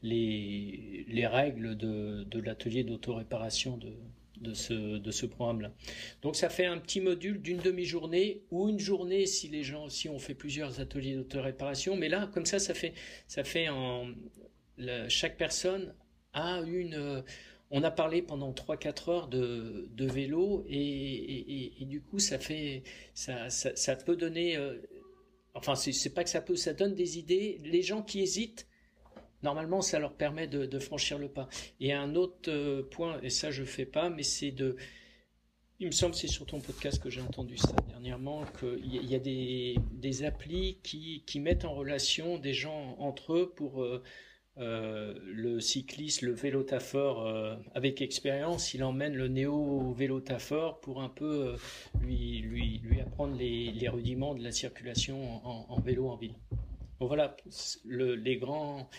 les, les règles de, de l'atelier d'autoréparation de, de, ce, de ce programme-là. Donc ça fait un petit module d'une demi-journée ou une journée si les gens, si on fait plusieurs ateliers d'autoréparation, mais là, comme ça, ça fait, ça fait en... Le, chaque personne a une... Euh, on a parlé pendant trois à quatre heures de, de vélo et, et, et, et du coup, ça fait... Ça, ça, ça peut donner... Euh, enfin, c'est, c'est pas que ça peut, ça donne des idées. Les gens qui hésitent, normalement, ça leur permet de, de franchir le pas. Et un autre euh, point, et ça je fais pas, mais c'est de... Il me semble que c'est sur ton podcast que j'ai entendu ça dernièrement, qu'il y a des, des applis qui, qui mettent en relation des gens entre eux pour... Euh, Euh, le cycliste, le vélotaphore euh, avec expérience, il emmène le néo-vélotaphore pour un peu euh, lui, lui, lui apprendre les, les rudiments de la circulation en, en vélo en ville. Donc voilà le, les grands,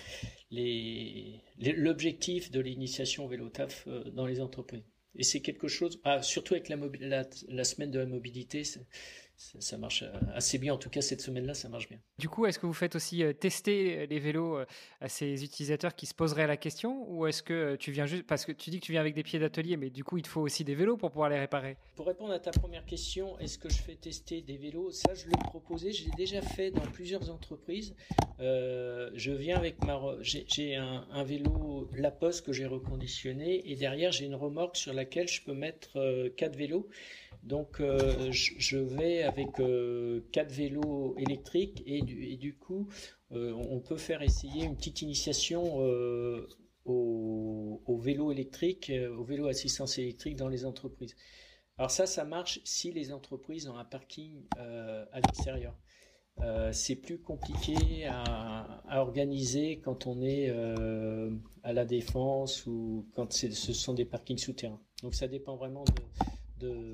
les, les, l'objectif de l'initiation vélotaf euh, dans les entreprises. Et c'est quelque chose, ah, surtout avec la, mobi- la, la semaine de la mobilité, c'est, ça marche assez bien, en tout cas cette semaine-là ça marche bien. Du coup, est-ce que vous faites aussi tester les vélos à ces utilisateurs qui se poseraient la question, ou est-ce que tu viens juste, parce que tu dis que tu viens avec des pieds d'atelier, mais du coup il te faut aussi des vélos pour pouvoir les réparer? Pour répondre à ta première question, est-ce que je fais tester des vélos? Ça je l'ai proposé, je l'ai déjà fait dans plusieurs entreprises. Euh, je viens avec ma, j'ai, j'ai un, un vélo Laposte que j'ai reconditionné et derrière j'ai une remorque sur laquelle je peux mettre euh, quatre vélos. Donc euh, je, je vais avec euh, quatre vélos électriques et du, et du coup euh, on peut faire essayer une petite initiation euh, au, au vélo électrique, au vélo assistance électrique dans les entreprises. Alors ça, ça marche si les entreprises ont un parking euh, à l'extérieur. Euh, c'est plus compliqué à, à organiser quand on est euh, à la Défense ou quand c'est, ce sont des parkings souterrains. Donc ça dépend vraiment de De,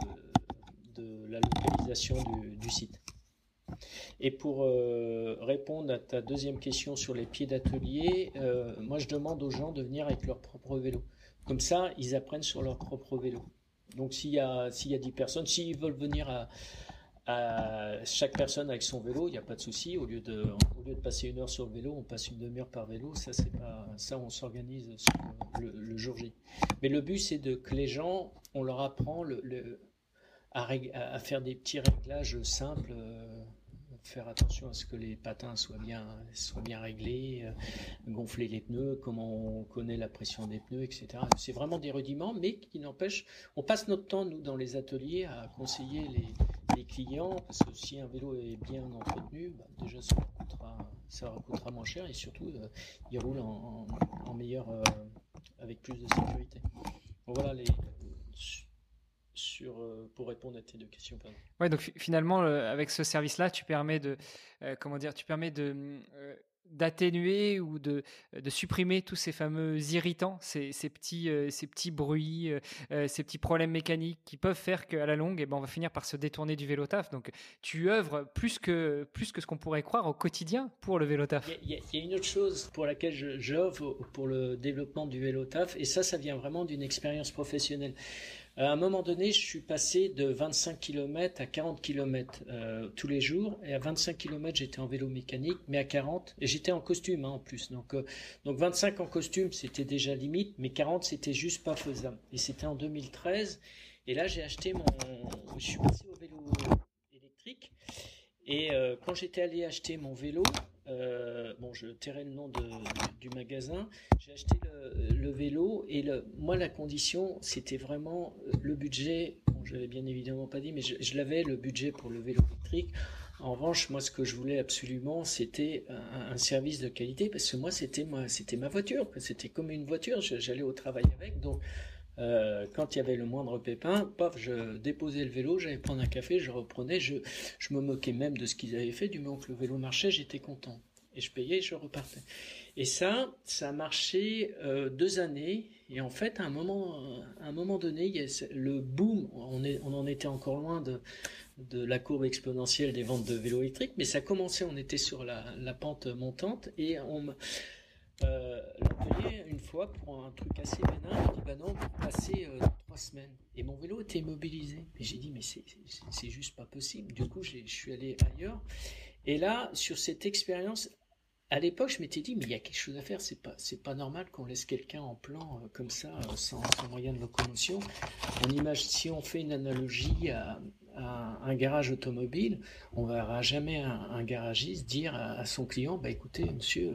de la localisation du, du site. Et pour euh, répondre à ta deuxième question sur les pieds d'atelier, euh, moi je demande aux gens de venir avec leur propre vélo. Comme ça, ils apprennent sur leur propre vélo. Donc s'il y a, s'il y a dix personnes, s'ils veulent venir à, à chaque personne avec son vélo, il n'y a pas de souci. Au lieu de, au lieu de passer une heure sur le vélo, on passe une demi-heure par vélo. Ça, c'est pas, ça, on s'organise sur le, le jour J. Mais le but, c'est de que les gens, on leur apprend le, le, à, rég, à faire des petits réglages simples. Euh, faire attention à ce que les patins soient bien, soient bien réglés, euh, gonfler les pneus, comment on connaît la pression des pneus, et cetera. C'est vraiment des rudiments, mais qui n'empêchent, on passe notre temps, nous, dans les ateliers, à conseiller les, les clients, parce que si un vélo est bien entretenu, bah, déjà ça leur coûtera, ça leur coûtera moins cher, et surtout, euh, il roule en, en, en meilleur, euh, avec plus de sécurité. Donc voilà les... Sur, euh, pour répondre à tes deux questions. Ouais, donc finalement, euh, avec ce service-là, tu permets de, euh, comment dire, tu permets de euh, d'atténuer ou de, de supprimer tous ces fameux irritants, ces, ces petits, euh, ces petits bruits, euh, ces petits problèmes mécaniques qui peuvent faire qu'à la longue, eh ben, on va finir par se détourner du vélo taf. Donc, tu œuvres plus que plus que ce qu'on pourrait croire au quotidien pour le vélo taf. Il y, y, y a une autre chose pour laquelle je, j'œuvre pour le développement du vélo taf, et ça, ça vient vraiment d'une expérience professionnelle. À un moment donné, je suis passé de vingt-cinq kilomètres à quarante kilomètres euh, tous les jours. Et à vingt-cinq kilomètres, j'étais en vélo mécanique, mais à quarante, et j'étais en costume hein, en plus. Donc, euh, donc vingt-cinq en costume, c'était déjà limite, mais quarante, c'était juste pas faisable. Et c'était en deux mille treize. Et là, j'ai acheté mon... Je suis passé au vélo électrique. Et euh, quand j'étais allé acheter mon vélo, euh, bon, je tairai le nom de, du, du magasin, j'ai acheté le, le vélo et le, moi la condition, c'était vraiment le budget. Bon, je l'avais bien évidemment pas dit, mais je, je l'avais le budget pour le vélo électrique. En revanche, moi, ce que je voulais absolument, c'était un, un service de qualité, parce que moi, c'était ma, c'était ma voiture, c'était comme une voiture. J'allais au travail avec, donc. Euh, quand il y avait le moindre pépin, paf, je déposais le vélo, j'allais prendre un café, je reprenais, je, je me moquais même de ce qu'ils avaient fait, du moment que le vélo marchait, j'étais content. Et je payais et je repartais. Et ça, ça a marché euh, deux années, et en fait, à un moment, à un moment donné, il y a le boom, on, est, on en était encore loin de, de la courbe exponentielle des ventes de vélos électriques, mais ça commençait, on était sur la, la pente montante, et on Euh, l'atelier, une fois, pour un truc assez bénin, je dis bah non, pour passer euh, dans trois semaines. Et mon vélo était immobilisé. Et j'ai dit mais c'est, c'est, c'est juste pas possible. Du coup, j'ai, je suis allé ailleurs. Et là, sur cette expérience, à l'époque, je m'étais dit mais il y a quelque chose à faire. C'est pas, c'est pas normal qu'on laisse quelqu'un en plan euh, comme ça, euh, sans, sans moyen de locomotion. On imagine, si on fait une analogie à, à un garage automobile, on ne verra jamais un, un garagiste dire à, à son client bah écoutez, monsieur.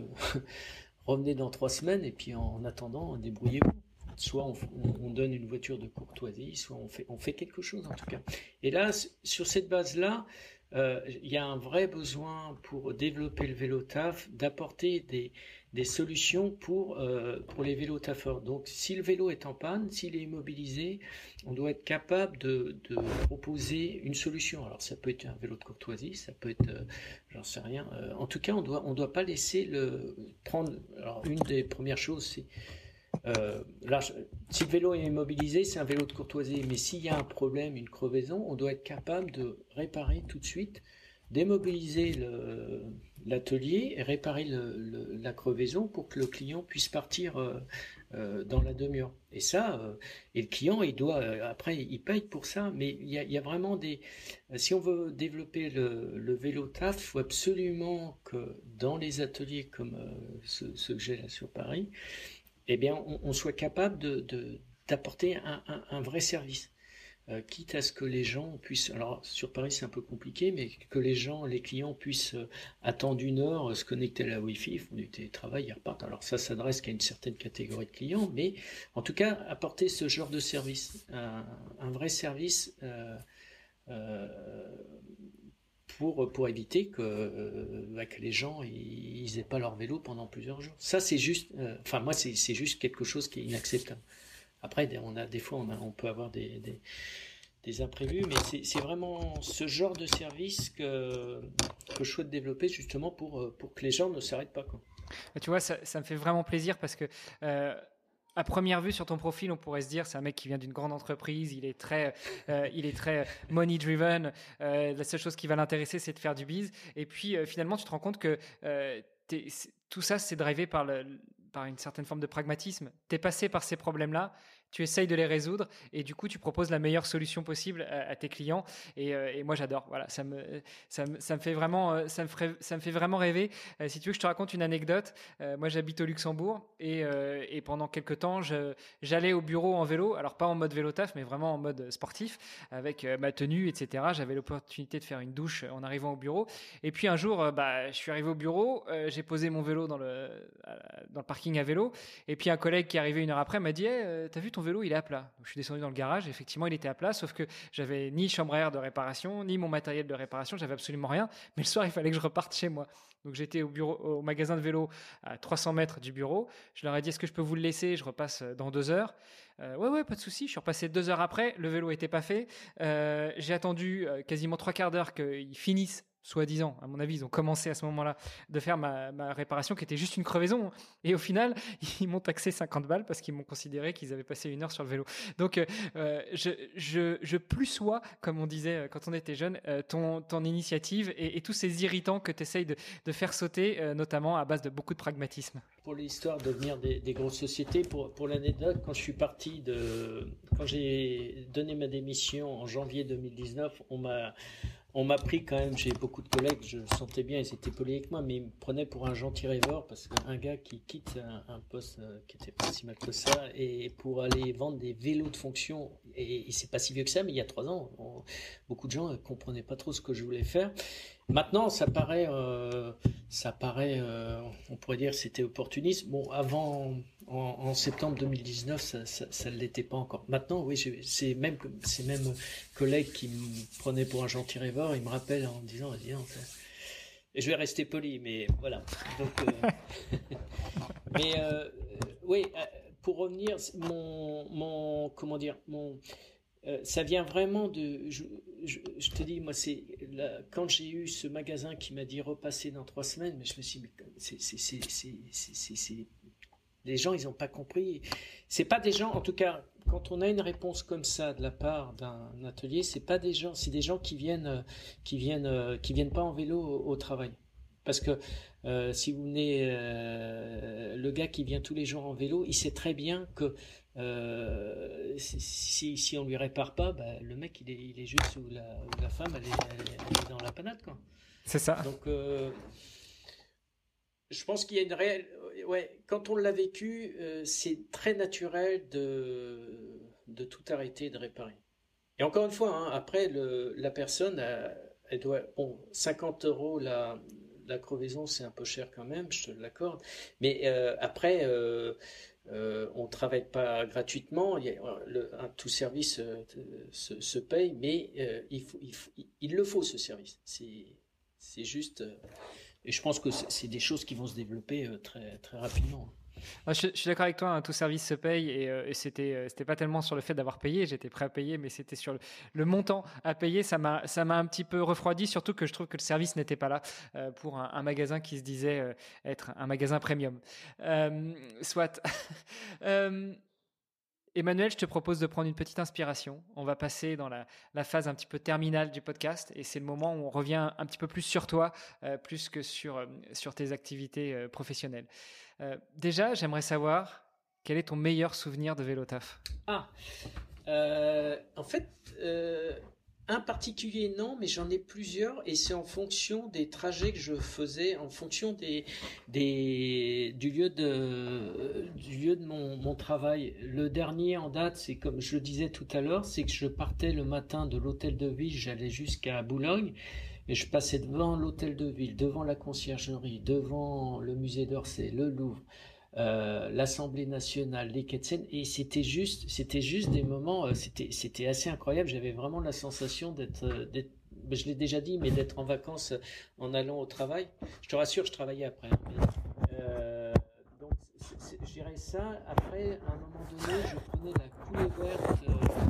Revenez dans trois semaines et puis en attendant, débrouillez-vous. Soit on, on donne une voiture de courtoisie, soit on fait, on fait quelque chose en tout cas. Et là, sur cette base-là, euh, il y a un vrai besoin pour développer le vélo taf, d'apporter des, des solutions pour, euh, pour les vélos taffeurs. Donc si le vélo est en panne, s'il est immobilisé, on doit être capable de, de proposer une solution. Alors ça peut être un vélo de courtoisie, ça peut être, euh, j'en sais rien. Euh, en tout cas, on doit, on doit pas laisser le prendre. Alors une des premières choses, c'est Euh, là, si le vélo est immobilisé, c'est un vélo de courtoisie, mais s'il y a un problème, une crevaison, on doit être capable de réparer tout de suite, démobiliser le, l'atelier et réparer le, le, la crevaison pour que le client puisse partir euh, euh, dans la demi-heure. Et ça, euh, et le client, il doit, euh, après, il paye pour ça, mais il y a, il y a vraiment des... Si on veut développer le, le vélo taf, il faut absolument que dans les ateliers comme euh, ceux, ceux que j'ai là sur Paris, eh bien, on, on soit capable de, de, d'apporter un, un, un vrai service. Euh, quitte à ce que les gens puissent, alors sur Paris c'est un peu compliqué, mais que les gens, les clients puissent euh, attendre une heure, euh, se connecter à la Wi-Fi, font du télétravail, ils repartent. Alors ça s'adresse qu'à une certaine catégorie de clients, mais en tout cas apporter ce genre de service, un, un vrai service euh, euh, pour, pour éviter que, euh, bah, que les gens ils aient pas leur vélo pendant plusieurs jours. Ça c'est juste, euh, enfin moi c'est, c'est juste quelque chose qui est inacceptable. Après, on a des fois, on, a, on peut avoir des, des, des imprévus, mais c'est, c'est vraiment ce genre de service que, que je souhaite développer justement pour, pour que les gens ne s'arrêtent pas, quoi. Tu vois, ça, ça me fait vraiment plaisir parce que euh, à première vue sur ton profil, on pourrait se dire c'est un mec qui vient d'une grande entreprise, il est très, euh, il est très money driven. Euh, la seule chose qui va l'intéresser, c'est de faire du biz. Et puis euh, finalement, tu te rends compte que euh, tout ça, c'est drivé par le par une certaine forme de pragmatisme. Tu es passé par ces problèmes-là, tu essayes de les résoudre et du coup, tu proposes la meilleure solution possible à, à tes clients. Et, euh, et moi, j'adore. Voilà, ça me, ça me, ça me fait vraiment, ça me ferait, ça me fait vraiment rêver. Euh, si tu veux que je te raconte une anecdote, euh, moi, j'habite au Luxembourg et, euh, et pendant quelques temps, je, j'allais au bureau en vélo. Alors pas en mode vélo taf, mais vraiment en mode sportif, avec euh, ma tenue, et cetera. J'avais l'opportunité de faire une douche en arrivant au bureau. Et puis un jour, euh, bah, je suis arrivé au bureau, euh, j'ai posé mon vélo dans le, dans le parking à vélo. Et puis un collègue qui est arrivé une heure après m'a dit hey, euh, t'as vu ton vélo, il est à plat. Donc, je suis descendu dans le garage, effectivement il était à plat, sauf que j'avais ni chambre à air de réparation, ni mon matériel de réparation, j'avais absolument rien. Mais le soir, il fallait que je reparte chez moi. Donc j'étais au, bureau, au magasin de vélo à trois cents mètres du bureau. Je leur ai dit est-ce que je peux vous le laisser, je repasse dans deux heures. Euh, ouais, ouais, pas de souci. Je suis repassé deux heures après, le vélo n'était pas fait. Euh, j'ai attendu euh, quasiment trois quarts d'heure qu'ils finissent. Soi-disant, à mon avis, ils ont commencé à ce moment-là de faire ma, ma réparation qui était juste une crevaison. Et au final, ils m'ont taxé cinquante balles parce qu'ils m'ont considéré qu'ils avaient passé une heure sur le vélo. Donc, euh, je, je, je plus sois, comme on disait quand on était jeune, euh, ton, ton initiative et, et tous ces irritants que tu essayes de, de faire sauter, euh, notamment à base de beaucoup de pragmatisme. Pour l'histoire de venir des, des grosses sociétés, pour, pour l'anecdote, quand je suis parti de, quand j'ai donné ma démission en janvier deux mille dix-neuf, on m'a On m'a pris quand même, j'ai beaucoup de collègues, je le sentais bien, ils étaient polis avec moi, mais ils me prenaient pour un gentil rêveur parce qu'un gars qui quitte un, un poste qui était pas si mal que ça et pour aller vendre des vélos de fonction, et, et c'est pas si vieux que ça, mais il y a trois ans, on, beaucoup de gens ne comprenaient pas trop ce que je voulais faire. Maintenant, ça paraît, euh, ça paraît, euh, on pourrait dire, c'était opportuniste. Bon, avant, en, en septembre deux mille dix-neuf, ça, ça, ça ne l'était pas encore. Maintenant, oui, je, c'est même, ces mêmes collègues qui me prenaient pour un gentil rêveur, ils me rappellent en me disant, vas-y, et je vais rester poli, mais voilà. Donc, euh, mais euh, oui, pour revenir, mon, mon, comment dire, mon Euh, ça vient vraiment de. Je, je, je te dis, moi, c'est la, quand j'ai eu ce magasin qui m'a dit repasser dans trois semaines, mais je me suis dit, mais c'est, c'est, c'est, c'est, c'est, c'est, c'est les gens, ils n'ont pas compris. C'est pas des gens, en tout cas, quand on a une réponse comme ça de la part d'un atelier, c'est pas des gens, c'est des gens qui viennent, qui viennent, qui viennent pas en vélo au, au travail. Parce que euh, si vous venez, euh, le gars qui vient tous les jours en vélo, il sait très bien que euh, si, si on lui répare pas, bah, le mec il est, il est juste ou la, ou la femme elle est, elle, est, elle est dans la panade quoi. C'est ça. Donc euh, je pense qu'il y a une réelle, ouais, quand on l'a vécu, euh, c'est très naturel de de tout arrêter de réparer. Et encore une fois, hein, après le, la personne, elle, elle doit, bon, cinquante euros la la crevaison, c'est un peu cher quand même, je te l'accorde. Mais euh, après, euh, euh, on ne travaille pas gratuitement. Il y a, le, un, tout service euh, se, se paye, mais euh, il, faut, il, faut, il, il le faut ce service. C'est, c'est juste. Euh, et je pense que c'est, c'est des choses qui vont se développer euh, très, très rapidement. Je, je suis d'accord avec toi, hein, tout service se paye et, euh, et c'était, euh, c'était pas tellement sur le fait d'avoir payé, j'étais prêt à payer, mais c'était sur le, le montant à payer. Ça m'a, ça m'a un petit peu refroidi, surtout que je trouve que le service n'était pas là euh, pour un, un magasin qui se disait euh, être un magasin premium. Euh, soit. euh, Emmanuel, je te propose de prendre une petite inspiration. On va passer dans la, la phase un petit peu terminale du podcast et c'est le moment où on revient un petit peu plus sur toi, euh, plus que sur, euh, sur tes activités euh, professionnelles. Euh, déjà, j'aimerais savoir quel est ton meilleur souvenir de vélo taf. Ah, euh, en fait, euh, un particulier non, mais j'en ai plusieurs et c'est en fonction des trajets que je faisais, en fonction des, des du lieu de du lieu de mon, mon travail. Le dernier en date, c'est comme je le disais tout à l'heure, c'est que je partais le matin de l'hôtel de ville, j'allais jusqu'à Boulogne. Et je passais devant l'hôtel de ville, devant la conciergerie, devant le musée d'Orsay, le Louvre, euh, l'Assemblée nationale, les quais de Seine, et c'était juste, c'était juste des moments, euh, c'était, c'était assez incroyable. J'avais vraiment la sensation d'être, d'être, je l'ai déjà dit, mais d'être en vacances en allant au travail. Je te rassure, je travaillais après. Mais, euh, donc, c'est, c'est, je dirais ça. Après, à un moment donné, je prenais la coulée verte. Euh,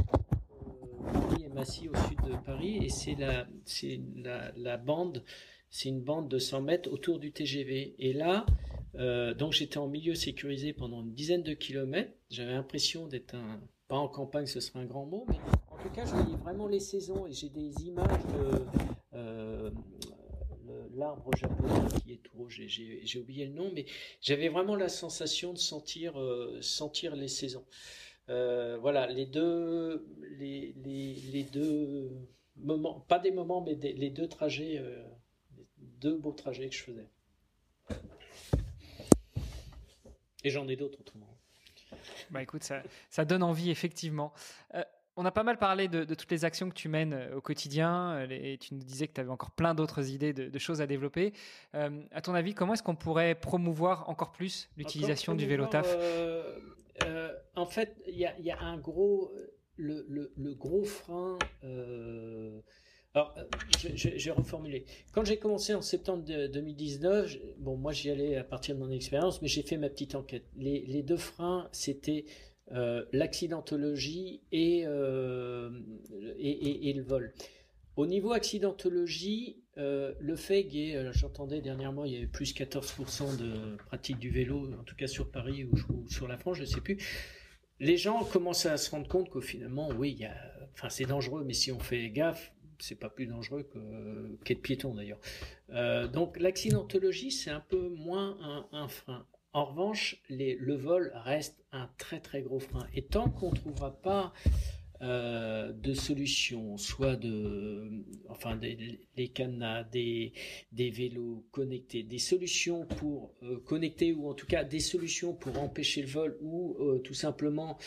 et Massy au sud de Paris et c'est la c'est la, la bande c'est une bande de cent mètres autour du T G V et là euh, donc j'étais en milieu sécurisé pendant une dizaine de kilomètres. J'avais l'impression d'être un pas en campagne, ce serait un grand mot, mais en tout cas je voyais vraiment les saisons et j'ai des images de euh, le, l'arbre japonais qui est tout rouge, j'ai, j'ai, j'ai oublié le nom, mais j'avais vraiment la sensation de sentir euh, sentir les saisons. Euh, voilà, les deux, les, les, les deux moments, pas des moments, mais des, les deux trajets, euh, deux beaux trajets que je faisais. Et j'en ai d'autres autrement. Bah écoute, ça, ça donne envie effectivement. Euh, on a pas mal parlé de, de toutes les actions que tu mènes au quotidien et tu nous disais que tu avais encore plein d'autres idées de, de choses à développer. Euh, à ton avis, comment est-ce qu'on pourrait promouvoir encore plus l'utilisation encore du vélo taf euh, euh, En fait, il y, y a un gros, le, le, le gros frein. Euh, alors, je, je, je vais reformuler. Quand j'ai commencé en septembre de, deux mille dix-neuf, je, bon, moi j'y allais à partir de mon expérience, mais j'ai fait ma petite enquête. Les, les deux freins, c'était euh, l'accidentologie et, euh, et, et, et le vol. Au niveau accidentologie, euh, le F E G, et, euh, j'entendais dernièrement, il y avait plus quatorze pour cent de pratique du vélo, en tout cas sur Paris ou, ou sur la France, je ne sais plus. Les gens commencent à se rendre compte qu'au finalement, oui, il y a, enfin, c'est dangereux, mais si on fait gaffe, c'est pas plus dangereux que, qu'être piéton d'ailleurs. Euh, donc l'accidentologie, c'est un peu moins un, un frein. En revanche, les, le vol reste un très très gros frein. Et tant qu'on ne trouvera pas euh, de solutions, soit de, enfin des, les cadenas, des, des vélos connectés, des solutions pour euh, connecter ou en tout cas des solutions pour empêcher le vol ou euh, tout simplement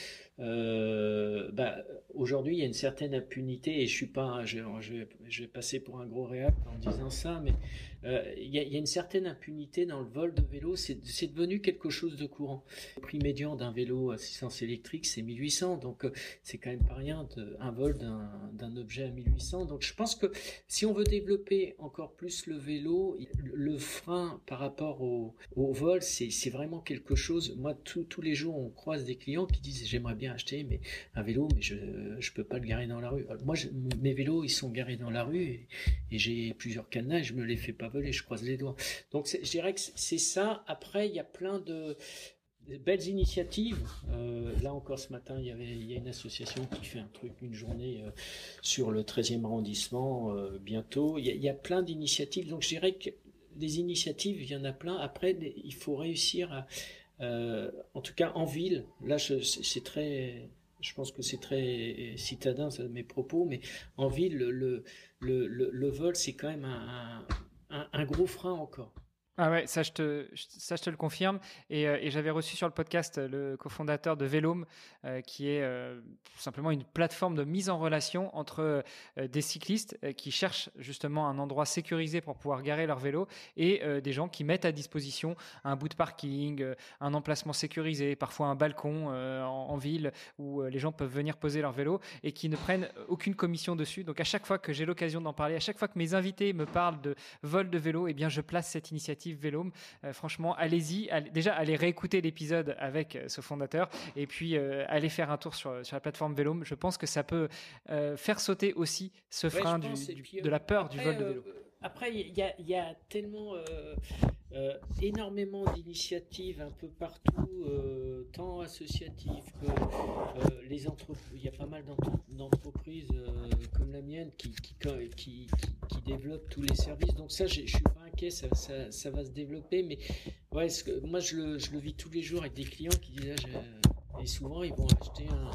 Euh, bah, aujourd'hui, il y a une certaine impunité et je suis pas, je, je, je vais passer pour un gros réac en disant ça, mais euh, il, y a, il y a une certaine impunité dans le vol de vélo. C'est, c'est devenu quelque chose de courant. Le prix médian d'un vélo à assistance électrique, c'est mille huit cents, donc euh, c'est quand même pas rien de, un vol d'un, d'un objet à mille huit cents. Donc je pense que si on veut développer encore plus le vélo, le frein par rapport au, au vol, c'est, c'est vraiment quelque chose. Moi, tout, tous les jours, on croise des clients qui disent j'aimerais bien acheter mais un vélo, mais je je peux pas le garer dans la rue. Alors moi, je, mes vélos, ils sont garés dans la rue et, et j'ai plusieurs cadenas et je me les fais pas voler, je croise les doigts. Donc c'est, je dirais que c'est ça. Après, il y a plein de, de belles initiatives. Euh, là encore, ce matin, il y avait il y a une association qui fait un truc, une journée euh, sur le treizième arrondissement euh, bientôt. Il y, a, il y a plein d'initiatives. Donc je dirais que des initiatives, il y en a plein. Après, il faut réussir à Euh, en tout cas en ville, là je, c'est, c'est très, je pense que c'est très citadin ça, mes propos, mais en ville le, le, le, le vol c'est quand même un, un, un gros frein encore. Ah ouais, ça je te, ça je te le confirme. Et, euh, et j'avais reçu sur le podcast le cofondateur de Vélome, euh, qui est euh, tout simplement une plateforme de mise en relation entre euh, des cyclistes euh, qui cherchent justement un endroit sécurisé pour pouvoir garer leur vélo et euh, des gens qui mettent à disposition un bout de parking, euh, un emplacement sécurisé, parfois un balcon euh, en, en ville où euh, les gens peuvent venir poser leur vélo et qui ne prennent aucune commission dessus. Donc à chaque fois que j'ai l'occasion d'en parler, à chaque fois que mes invités me parlent de vol de vélo, eh bien je place cette initiative Vélome. Euh, franchement, allez-y. Allez, déjà, allez réécouter l'épisode avec euh, ce fondateur et puis euh, allez faire un tour sur, sur la plateforme Vélome. Je pense que ça peut euh, faire sauter aussi ce ouais, frein du, du, puis, de la peur après, du vol de vélo. Euh, après, il y a, y a tellement euh, euh, énormément d'initiatives un peu partout, euh, tant associatives que euh, les entreprises. Il y a pas mal d'entreprises euh, comme la mienne qui, qui, qui, qui, qui développent tous les services. Donc ça, je suis pas inquiet, ça, ça, ça va se développer. Mais ouais, ce que, moi, je le, je le vis tous les jours avec des clients qui disent, ah, et souvent, ils vont acheter un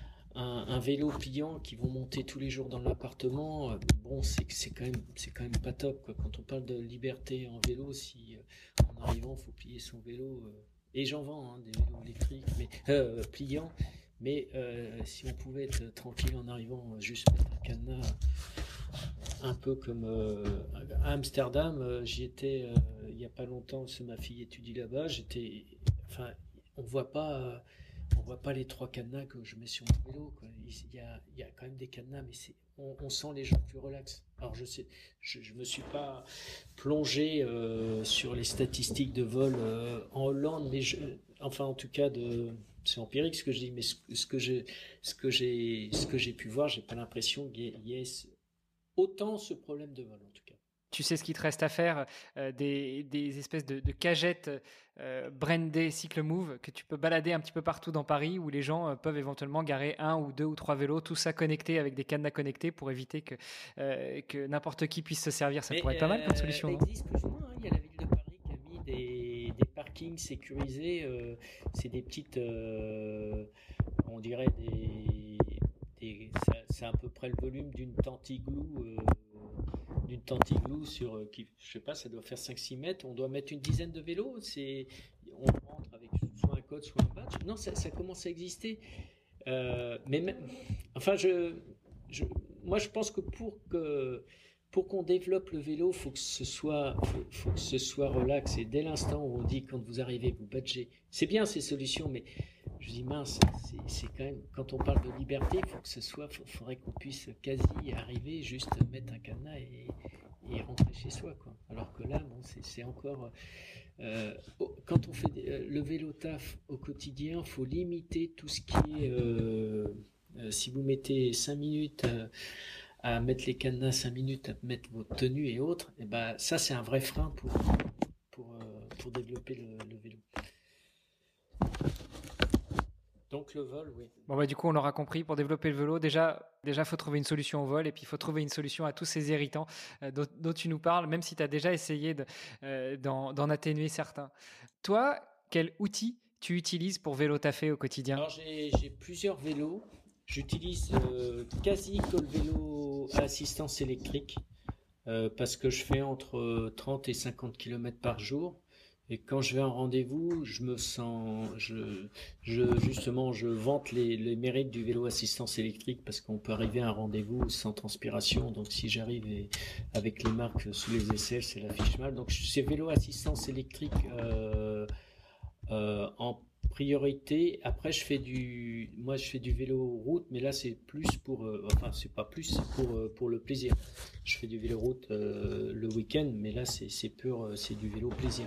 Un, un vélo pliant qui vont monter tous les jours dans l'appartement. Bon, c'est, c'est quand même, c'est quand même pas top, quoi. Quand on parle de liberté en vélo, si euh, en arrivant, faut plier son vélo, euh, et j'en vends hein, des vélos électriques, mais euh, pliants. Mais euh, si on pouvait être tranquille en arrivant, juste mettre un cadenas, un peu comme euh, à Amsterdam, euh, j'y étais euh, il y a pas longtemps, parce que ma fille étudie là-bas. J'étais, enfin, on voit pas. Euh, On voit pas les trois cadenas que je mets sur mon vélo, quoi. Il y a, il y a quand même des cadenas, mais c'est, on, on sent les gens plus relax. Alors je sais, je, je me suis pas plongé euh, sur les statistiques de vol euh, en Hollande, mais je, enfin en tout cas de, c'est empirique ce que je dis, mais ce, ce que j'ai, ce que j'ai, ce que j'ai pu voir, j'ai pas l'impression qu'il y ait autant ce problème de vol en tout cas. Tu sais ce qu'il te reste à faire, euh, des, des espèces de, de cagettes euh, brandées Cyclemove que tu peux balader un petit peu partout dans Paris où les gens euh, peuvent éventuellement garer un ou deux ou trois vélos, tout ça connecté avec des cadenas connectés pour éviter que, euh, que n'importe qui puisse se servir. Ça Mais pourrait être pas mal comme solution. Ça existe plus ou moins, hein. Il y a la ville de Paris qui a mis des, des parkings sécurisés. Euh, c'est des petites... Euh, on dirait des, des ça, c'est à peu près le volume d'une Tantiglou, euh, d'une Tantiglou sur, euh, qui, je sais pas, ça doit faire cinq six mètres. On doit mettre une dizaine de vélos. C'est, on rentre avec soit un code, soit un badge. Non, ça, ça commence à exister. Euh, mais même, enfin, je, je, moi, je pense que pour que pour qu'on développe le vélo, faut que ce soit, faut, faut que ce soit relax. Et dès l'instant où on dit quand vous arrivez, vous badgez, c'est bien ces solutions, mais je dis mince, c'est, c'est quand même quand on parle de liberté, il faut que ce soit, faut, faudrait qu'on puisse quasi arriver juste mettre un cadenas et, et rentrer chez soi, quoi. Alors que là, bon, c'est, c'est encore euh, quand on fait des, le vélo taf au quotidien, faut limiter tout ce qui est euh, euh, si vous mettez cinq minutes euh, à mettre les cadenas, cinq minutes à mettre votre tenue et autres, et ben ça c'est un vrai frein pour pour euh, pour développer le, le vélo. Donc le vol, oui. Bon bah du coup on l'aura compris, pour développer le vélo, déjà déjà faut trouver une solution au vol, et puis il faut trouver une solution à tous ces irritants euh, dont, dont tu nous parles, même si tu as déjà essayé de, euh, d'en, d'en atténuer certains. Toi, quel outil tu utilises pour vélo taffer au quotidien? Alors j'ai, j'ai plusieurs vélos. J'utilise euh, quasi que le vélo à assistance électrique euh, parce que je fais entre trente et cinquante kilomètres par jour. Et quand je vais en rendez-vous, je me sens, je, je justement, je vante les, les mérites du vélo assistance électrique parce qu'on peut arriver à un rendez-vous sans transpiration. Donc si j'arrive et, avec les marques sous les aisselles, c'est l'affiche mal. Donc c'est vélo assistance électrique euh, euh, en priorité. Après, je fais du, moi, je fais du vélo route, mais là, c'est plus pour, euh, enfin, c'est pas plus, c'est pour euh, pour le plaisir. Je fais du vélo route euh, le week-end, mais là, c'est c'est pur, euh, c'est du vélo plaisir.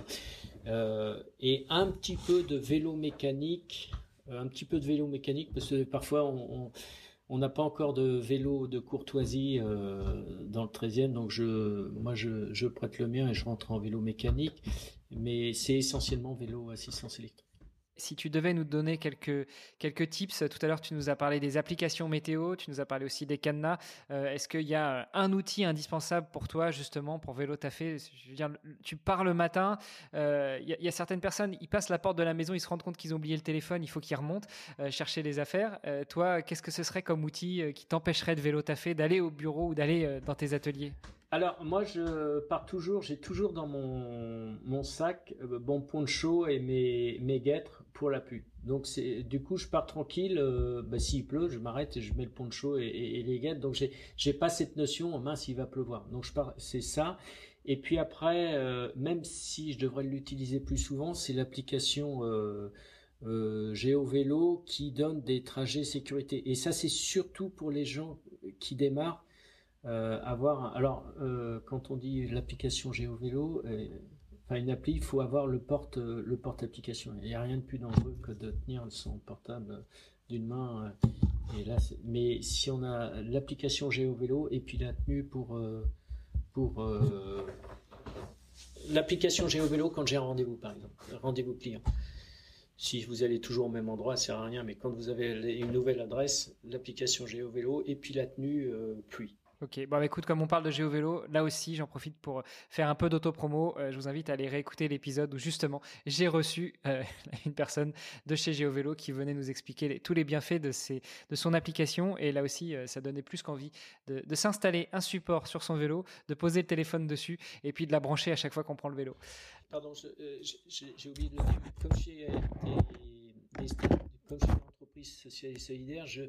Euh, et un petit peu de vélo mécanique, euh, un petit peu de vélo mécanique, parce que parfois, on, on on n'a pas encore de vélo de courtoisie euh, dans le treizième, donc je, moi, je, je prête le mien et je rentre en vélo mécanique, mais c'est essentiellement vélo assistance électrique. Si tu devais nous donner quelques, quelques tips, tout à l'heure tu nous as parlé des applications météo, tu nous as parlé aussi des cadenas. Euh, est-ce qu'il y a un outil indispensable pour toi justement pour vélo taffer? Je veux dire, tu pars le matin, euh, il y, y a certaines personnes, ils passent la porte de la maison, ils se rendent compte qu'ils ont oublié le téléphone, il faut qu'ils remontent euh, chercher les affaires. Euh, toi, qu'est-ce que ce serait comme outil euh, qui t'empêcherait de vélo taffer, d'aller au bureau ou d'aller euh, dans tes ateliers? Alors moi je pars toujours, j'ai toujours dans mon, mon sac euh, bon poncho et mes, mes guêtres pour la pluie. Donc c'est du coup je pars tranquille, euh, bah, s'il pleut je m'arrête et je mets le poncho et, et, et les guêtres. Donc j'ai j'ai pas cette notion, mince il va pleuvoir. Donc je pars, c'est ça. Et puis après euh, même si je devrais l'utiliser plus souvent, c'est l'application euh, euh, GeoVélo qui donne des trajets sécurité. Et ça c'est surtout pour les gens qui démarrent. Euh, avoir alors euh, quand on dit l'application GeoVélo, euh, enfin une appli, il faut avoir le porte euh, le porte application. Il n'y a rien de plus dangereux que de tenir son portable d'une main. Euh, et là, c'est... mais si on a l'application GeoVélo et puis la tenue pour euh, pour euh, l'application GeoVélo quand j'ai un rendez-vous par exemple, rendez-vous client. Si vous allez toujours au même endroit, ça sert à rien. Mais quand vous avez une nouvelle adresse, l'application GeoVélo et puis la tenue euh, pluie. Ok, bon écoute, comme on parle de GeoVélo, là aussi j'en profite pour faire un peu d'autopromo. Euh, je vous invite à aller réécouter l'épisode où justement j'ai reçu euh, une personne de chez GeoVélo qui venait nous expliquer les, tous les bienfaits de, ses, de son application. Et là aussi, euh, ça donnait plus qu'envie de, de s'installer un support sur son vélo, de poser le téléphone dessus et puis de la brancher à chaque fois qu'on prend le vélo. Pardon, je, euh, j'ai, j'ai oublié de le dire. Comme chez des, des, comme chez une entreprise sociale et solidaire, je,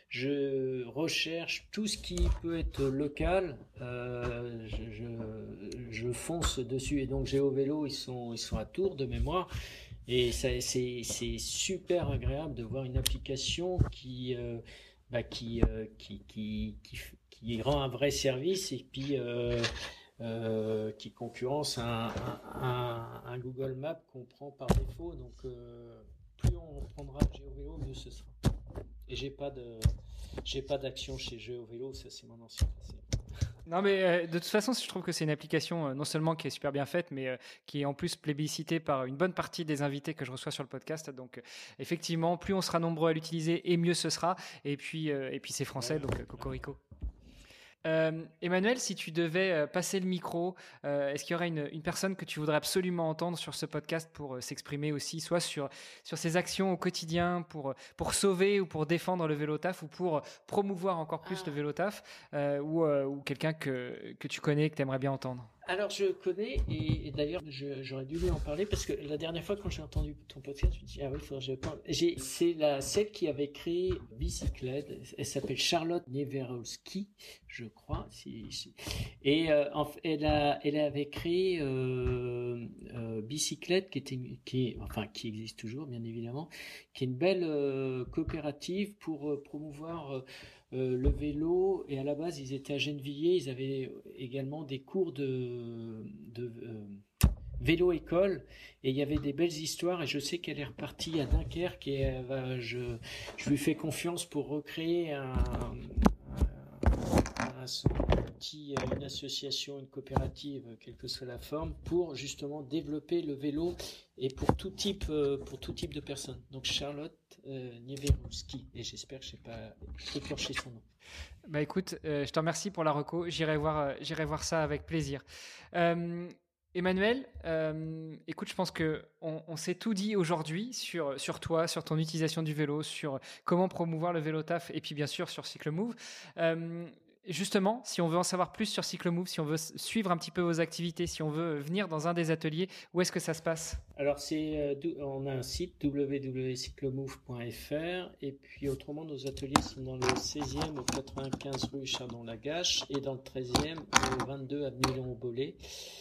je recherche tout ce qui peut être local. Euh, je, je, je fonce dessus et donc GeoVélo, ils sont, ils sont à Tours de mémoire. Et ça, c'est, c'est super agréable de voir une application qui, euh, bah, qui, euh, qui, qui, qui, qui rend un vrai service et puis euh, Euh, qui concurrence un, un, un, un Google Maps qu'on prend par défaut. Donc, euh, plus on prendra GeoVélo, mieux ce sera. Et j'ai pas de, j'ai pas d'action chez GeoVélo, ça c'est mon ancien passé. Non, mais euh, de toute façon, je trouve que c'est une application euh, non seulement qui est super bien faite, mais euh, qui est en plus plébiscitée par une bonne partie des invités que je reçois sur le podcast. Donc, euh, effectivement, plus on sera nombreux à l'utiliser, et mieux ce sera. Et puis, euh, et puis c'est français, donc euh, cocorico. Euh, Emmanuel, si tu devais euh, passer le micro, euh, est-ce qu'il y aurait une, une personne que tu voudrais absolument entendre sur ce podcast pour euh, s'exprimer aussi, soit sur, sur ses actions au quotidien, pour, pour sauver ou pour défendre le vélo taf ou pour promouvoir encore plus Ah. le vélo taf, euh, ou, euh, ou quelqu'un que, que tu connais, que tu aimerais bien entendre? Alors je connais et, et d'ailleurs je- j'aurais dû lui en parler parce que la dernière fois quand j'ai entendu ton podcast, je me suis dit ah oui, il faudrait que je parle. J'ai, c'est la celle qui avait créé Bicyclette. Elle s'appelle Charlotte Niewerowski, je crois. Si, si. Et euh, en f- elle a, elle avait créé euh, euh, Bicyclette qui était, une- qui est, enfin qui existe toujours bien évidemment, qui est une belle euh, coopérative pour euh, promouvoir euh, euh, le vélo. Et à la base ils étaient à Gennevilliers, ils avaient également des cours de, de euh, vélo école et il y avait des belles histoires et je sais qu'elle est repartie à Dunkerque et elle va, je, je lui fais confiance pour recréer un, un, un petit, une association, une coopérative, quelle que soit la forme, pour justement développer le vélo et pour tout type, pour tout type de personnes. Donc Charlotte euh, Niewerowski, et j'espère que je n'ai pas écorché son nom. Bah écoute, euh, je te remercie pour la reco. J'irai voir, euh, j'irai voir ça avec plaisir. Euh, Emmanuel, euh, écoute, je pense que on, on s'est tout dit aujourd'hui sur, sur toi, sur ton utilisation du vélo, sur comment promouvoir le vélo taf, et puis bien sûr sur Cyclemove. Euh, Justement, si on veut en savoir plus sur Cyclemove, si on veut suivre un petit peu vos activités, si on veut venir dans un des ateliers, où est-ce que ça se passe? Alors, c'est, euh, on a un site w w w point cyclemove point f r et puis autrement, nos ateliers sont dans le seizième au quatre-vingt-quinze rue Chardon-Lagache et dans le treizième au vingt-deux avenue Léon Bollé.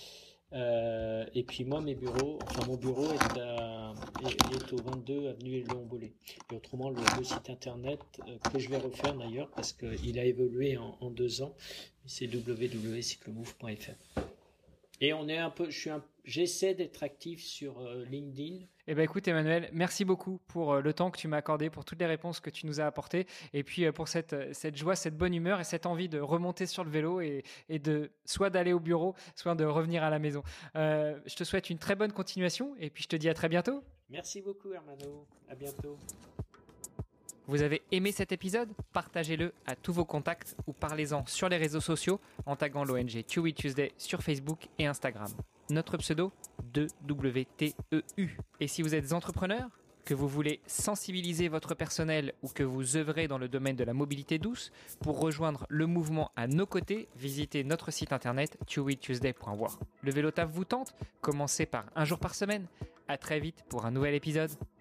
Euh, et puis moi, mes bureaux, enfin mon bureau est, à, est, est au vingt-deux avenue Léon Bollé. Et autrement, le, le site internet euh, que je vais refaire d'ailleurs parce qu'il a évolué en, en deux ans, c'est w w w point cyclemove point f r. Et on est un peu, je suis un, j'essaie d'être actif sur euh, LinkedIn. Eh ben écoute Emmanuel, merci beaucoup pour euh, le temps que tu m'as accordé, pour toutes les réponses que tu nous as apportées, et puis euh, pour cette, cette joie, cette bonne humeur et cette envie de remonter sur le vélo et, et de soit d'aller au bureau, soit de revenir à la maison. Euh, je te souhaite une très bonne continuation et puis je te dis à très bientôt. Merci beaucoup Hermano, à bientôt. Vous avez aimé cet épisode? Partagez-le à tous vos contacts ou parlez-en sur les réseaux sociaux en taguant l'O N G Two Wheel Tuesday sur Facebook et Instagram. Notre pseudo, deux W T E U. Et si vous êtes entrepreneur, que vous voulez sensibiliser votre personnel ou que vous œuvrez dans le domaine de la mobilité douce, pour rejoindre le mouvement à nos côtés, visitez notre site internet two wheel tuesday point w o r. Le vélo taf vous tente? Commencez par un jour par semaine. À très vite pour un nouvel épisode.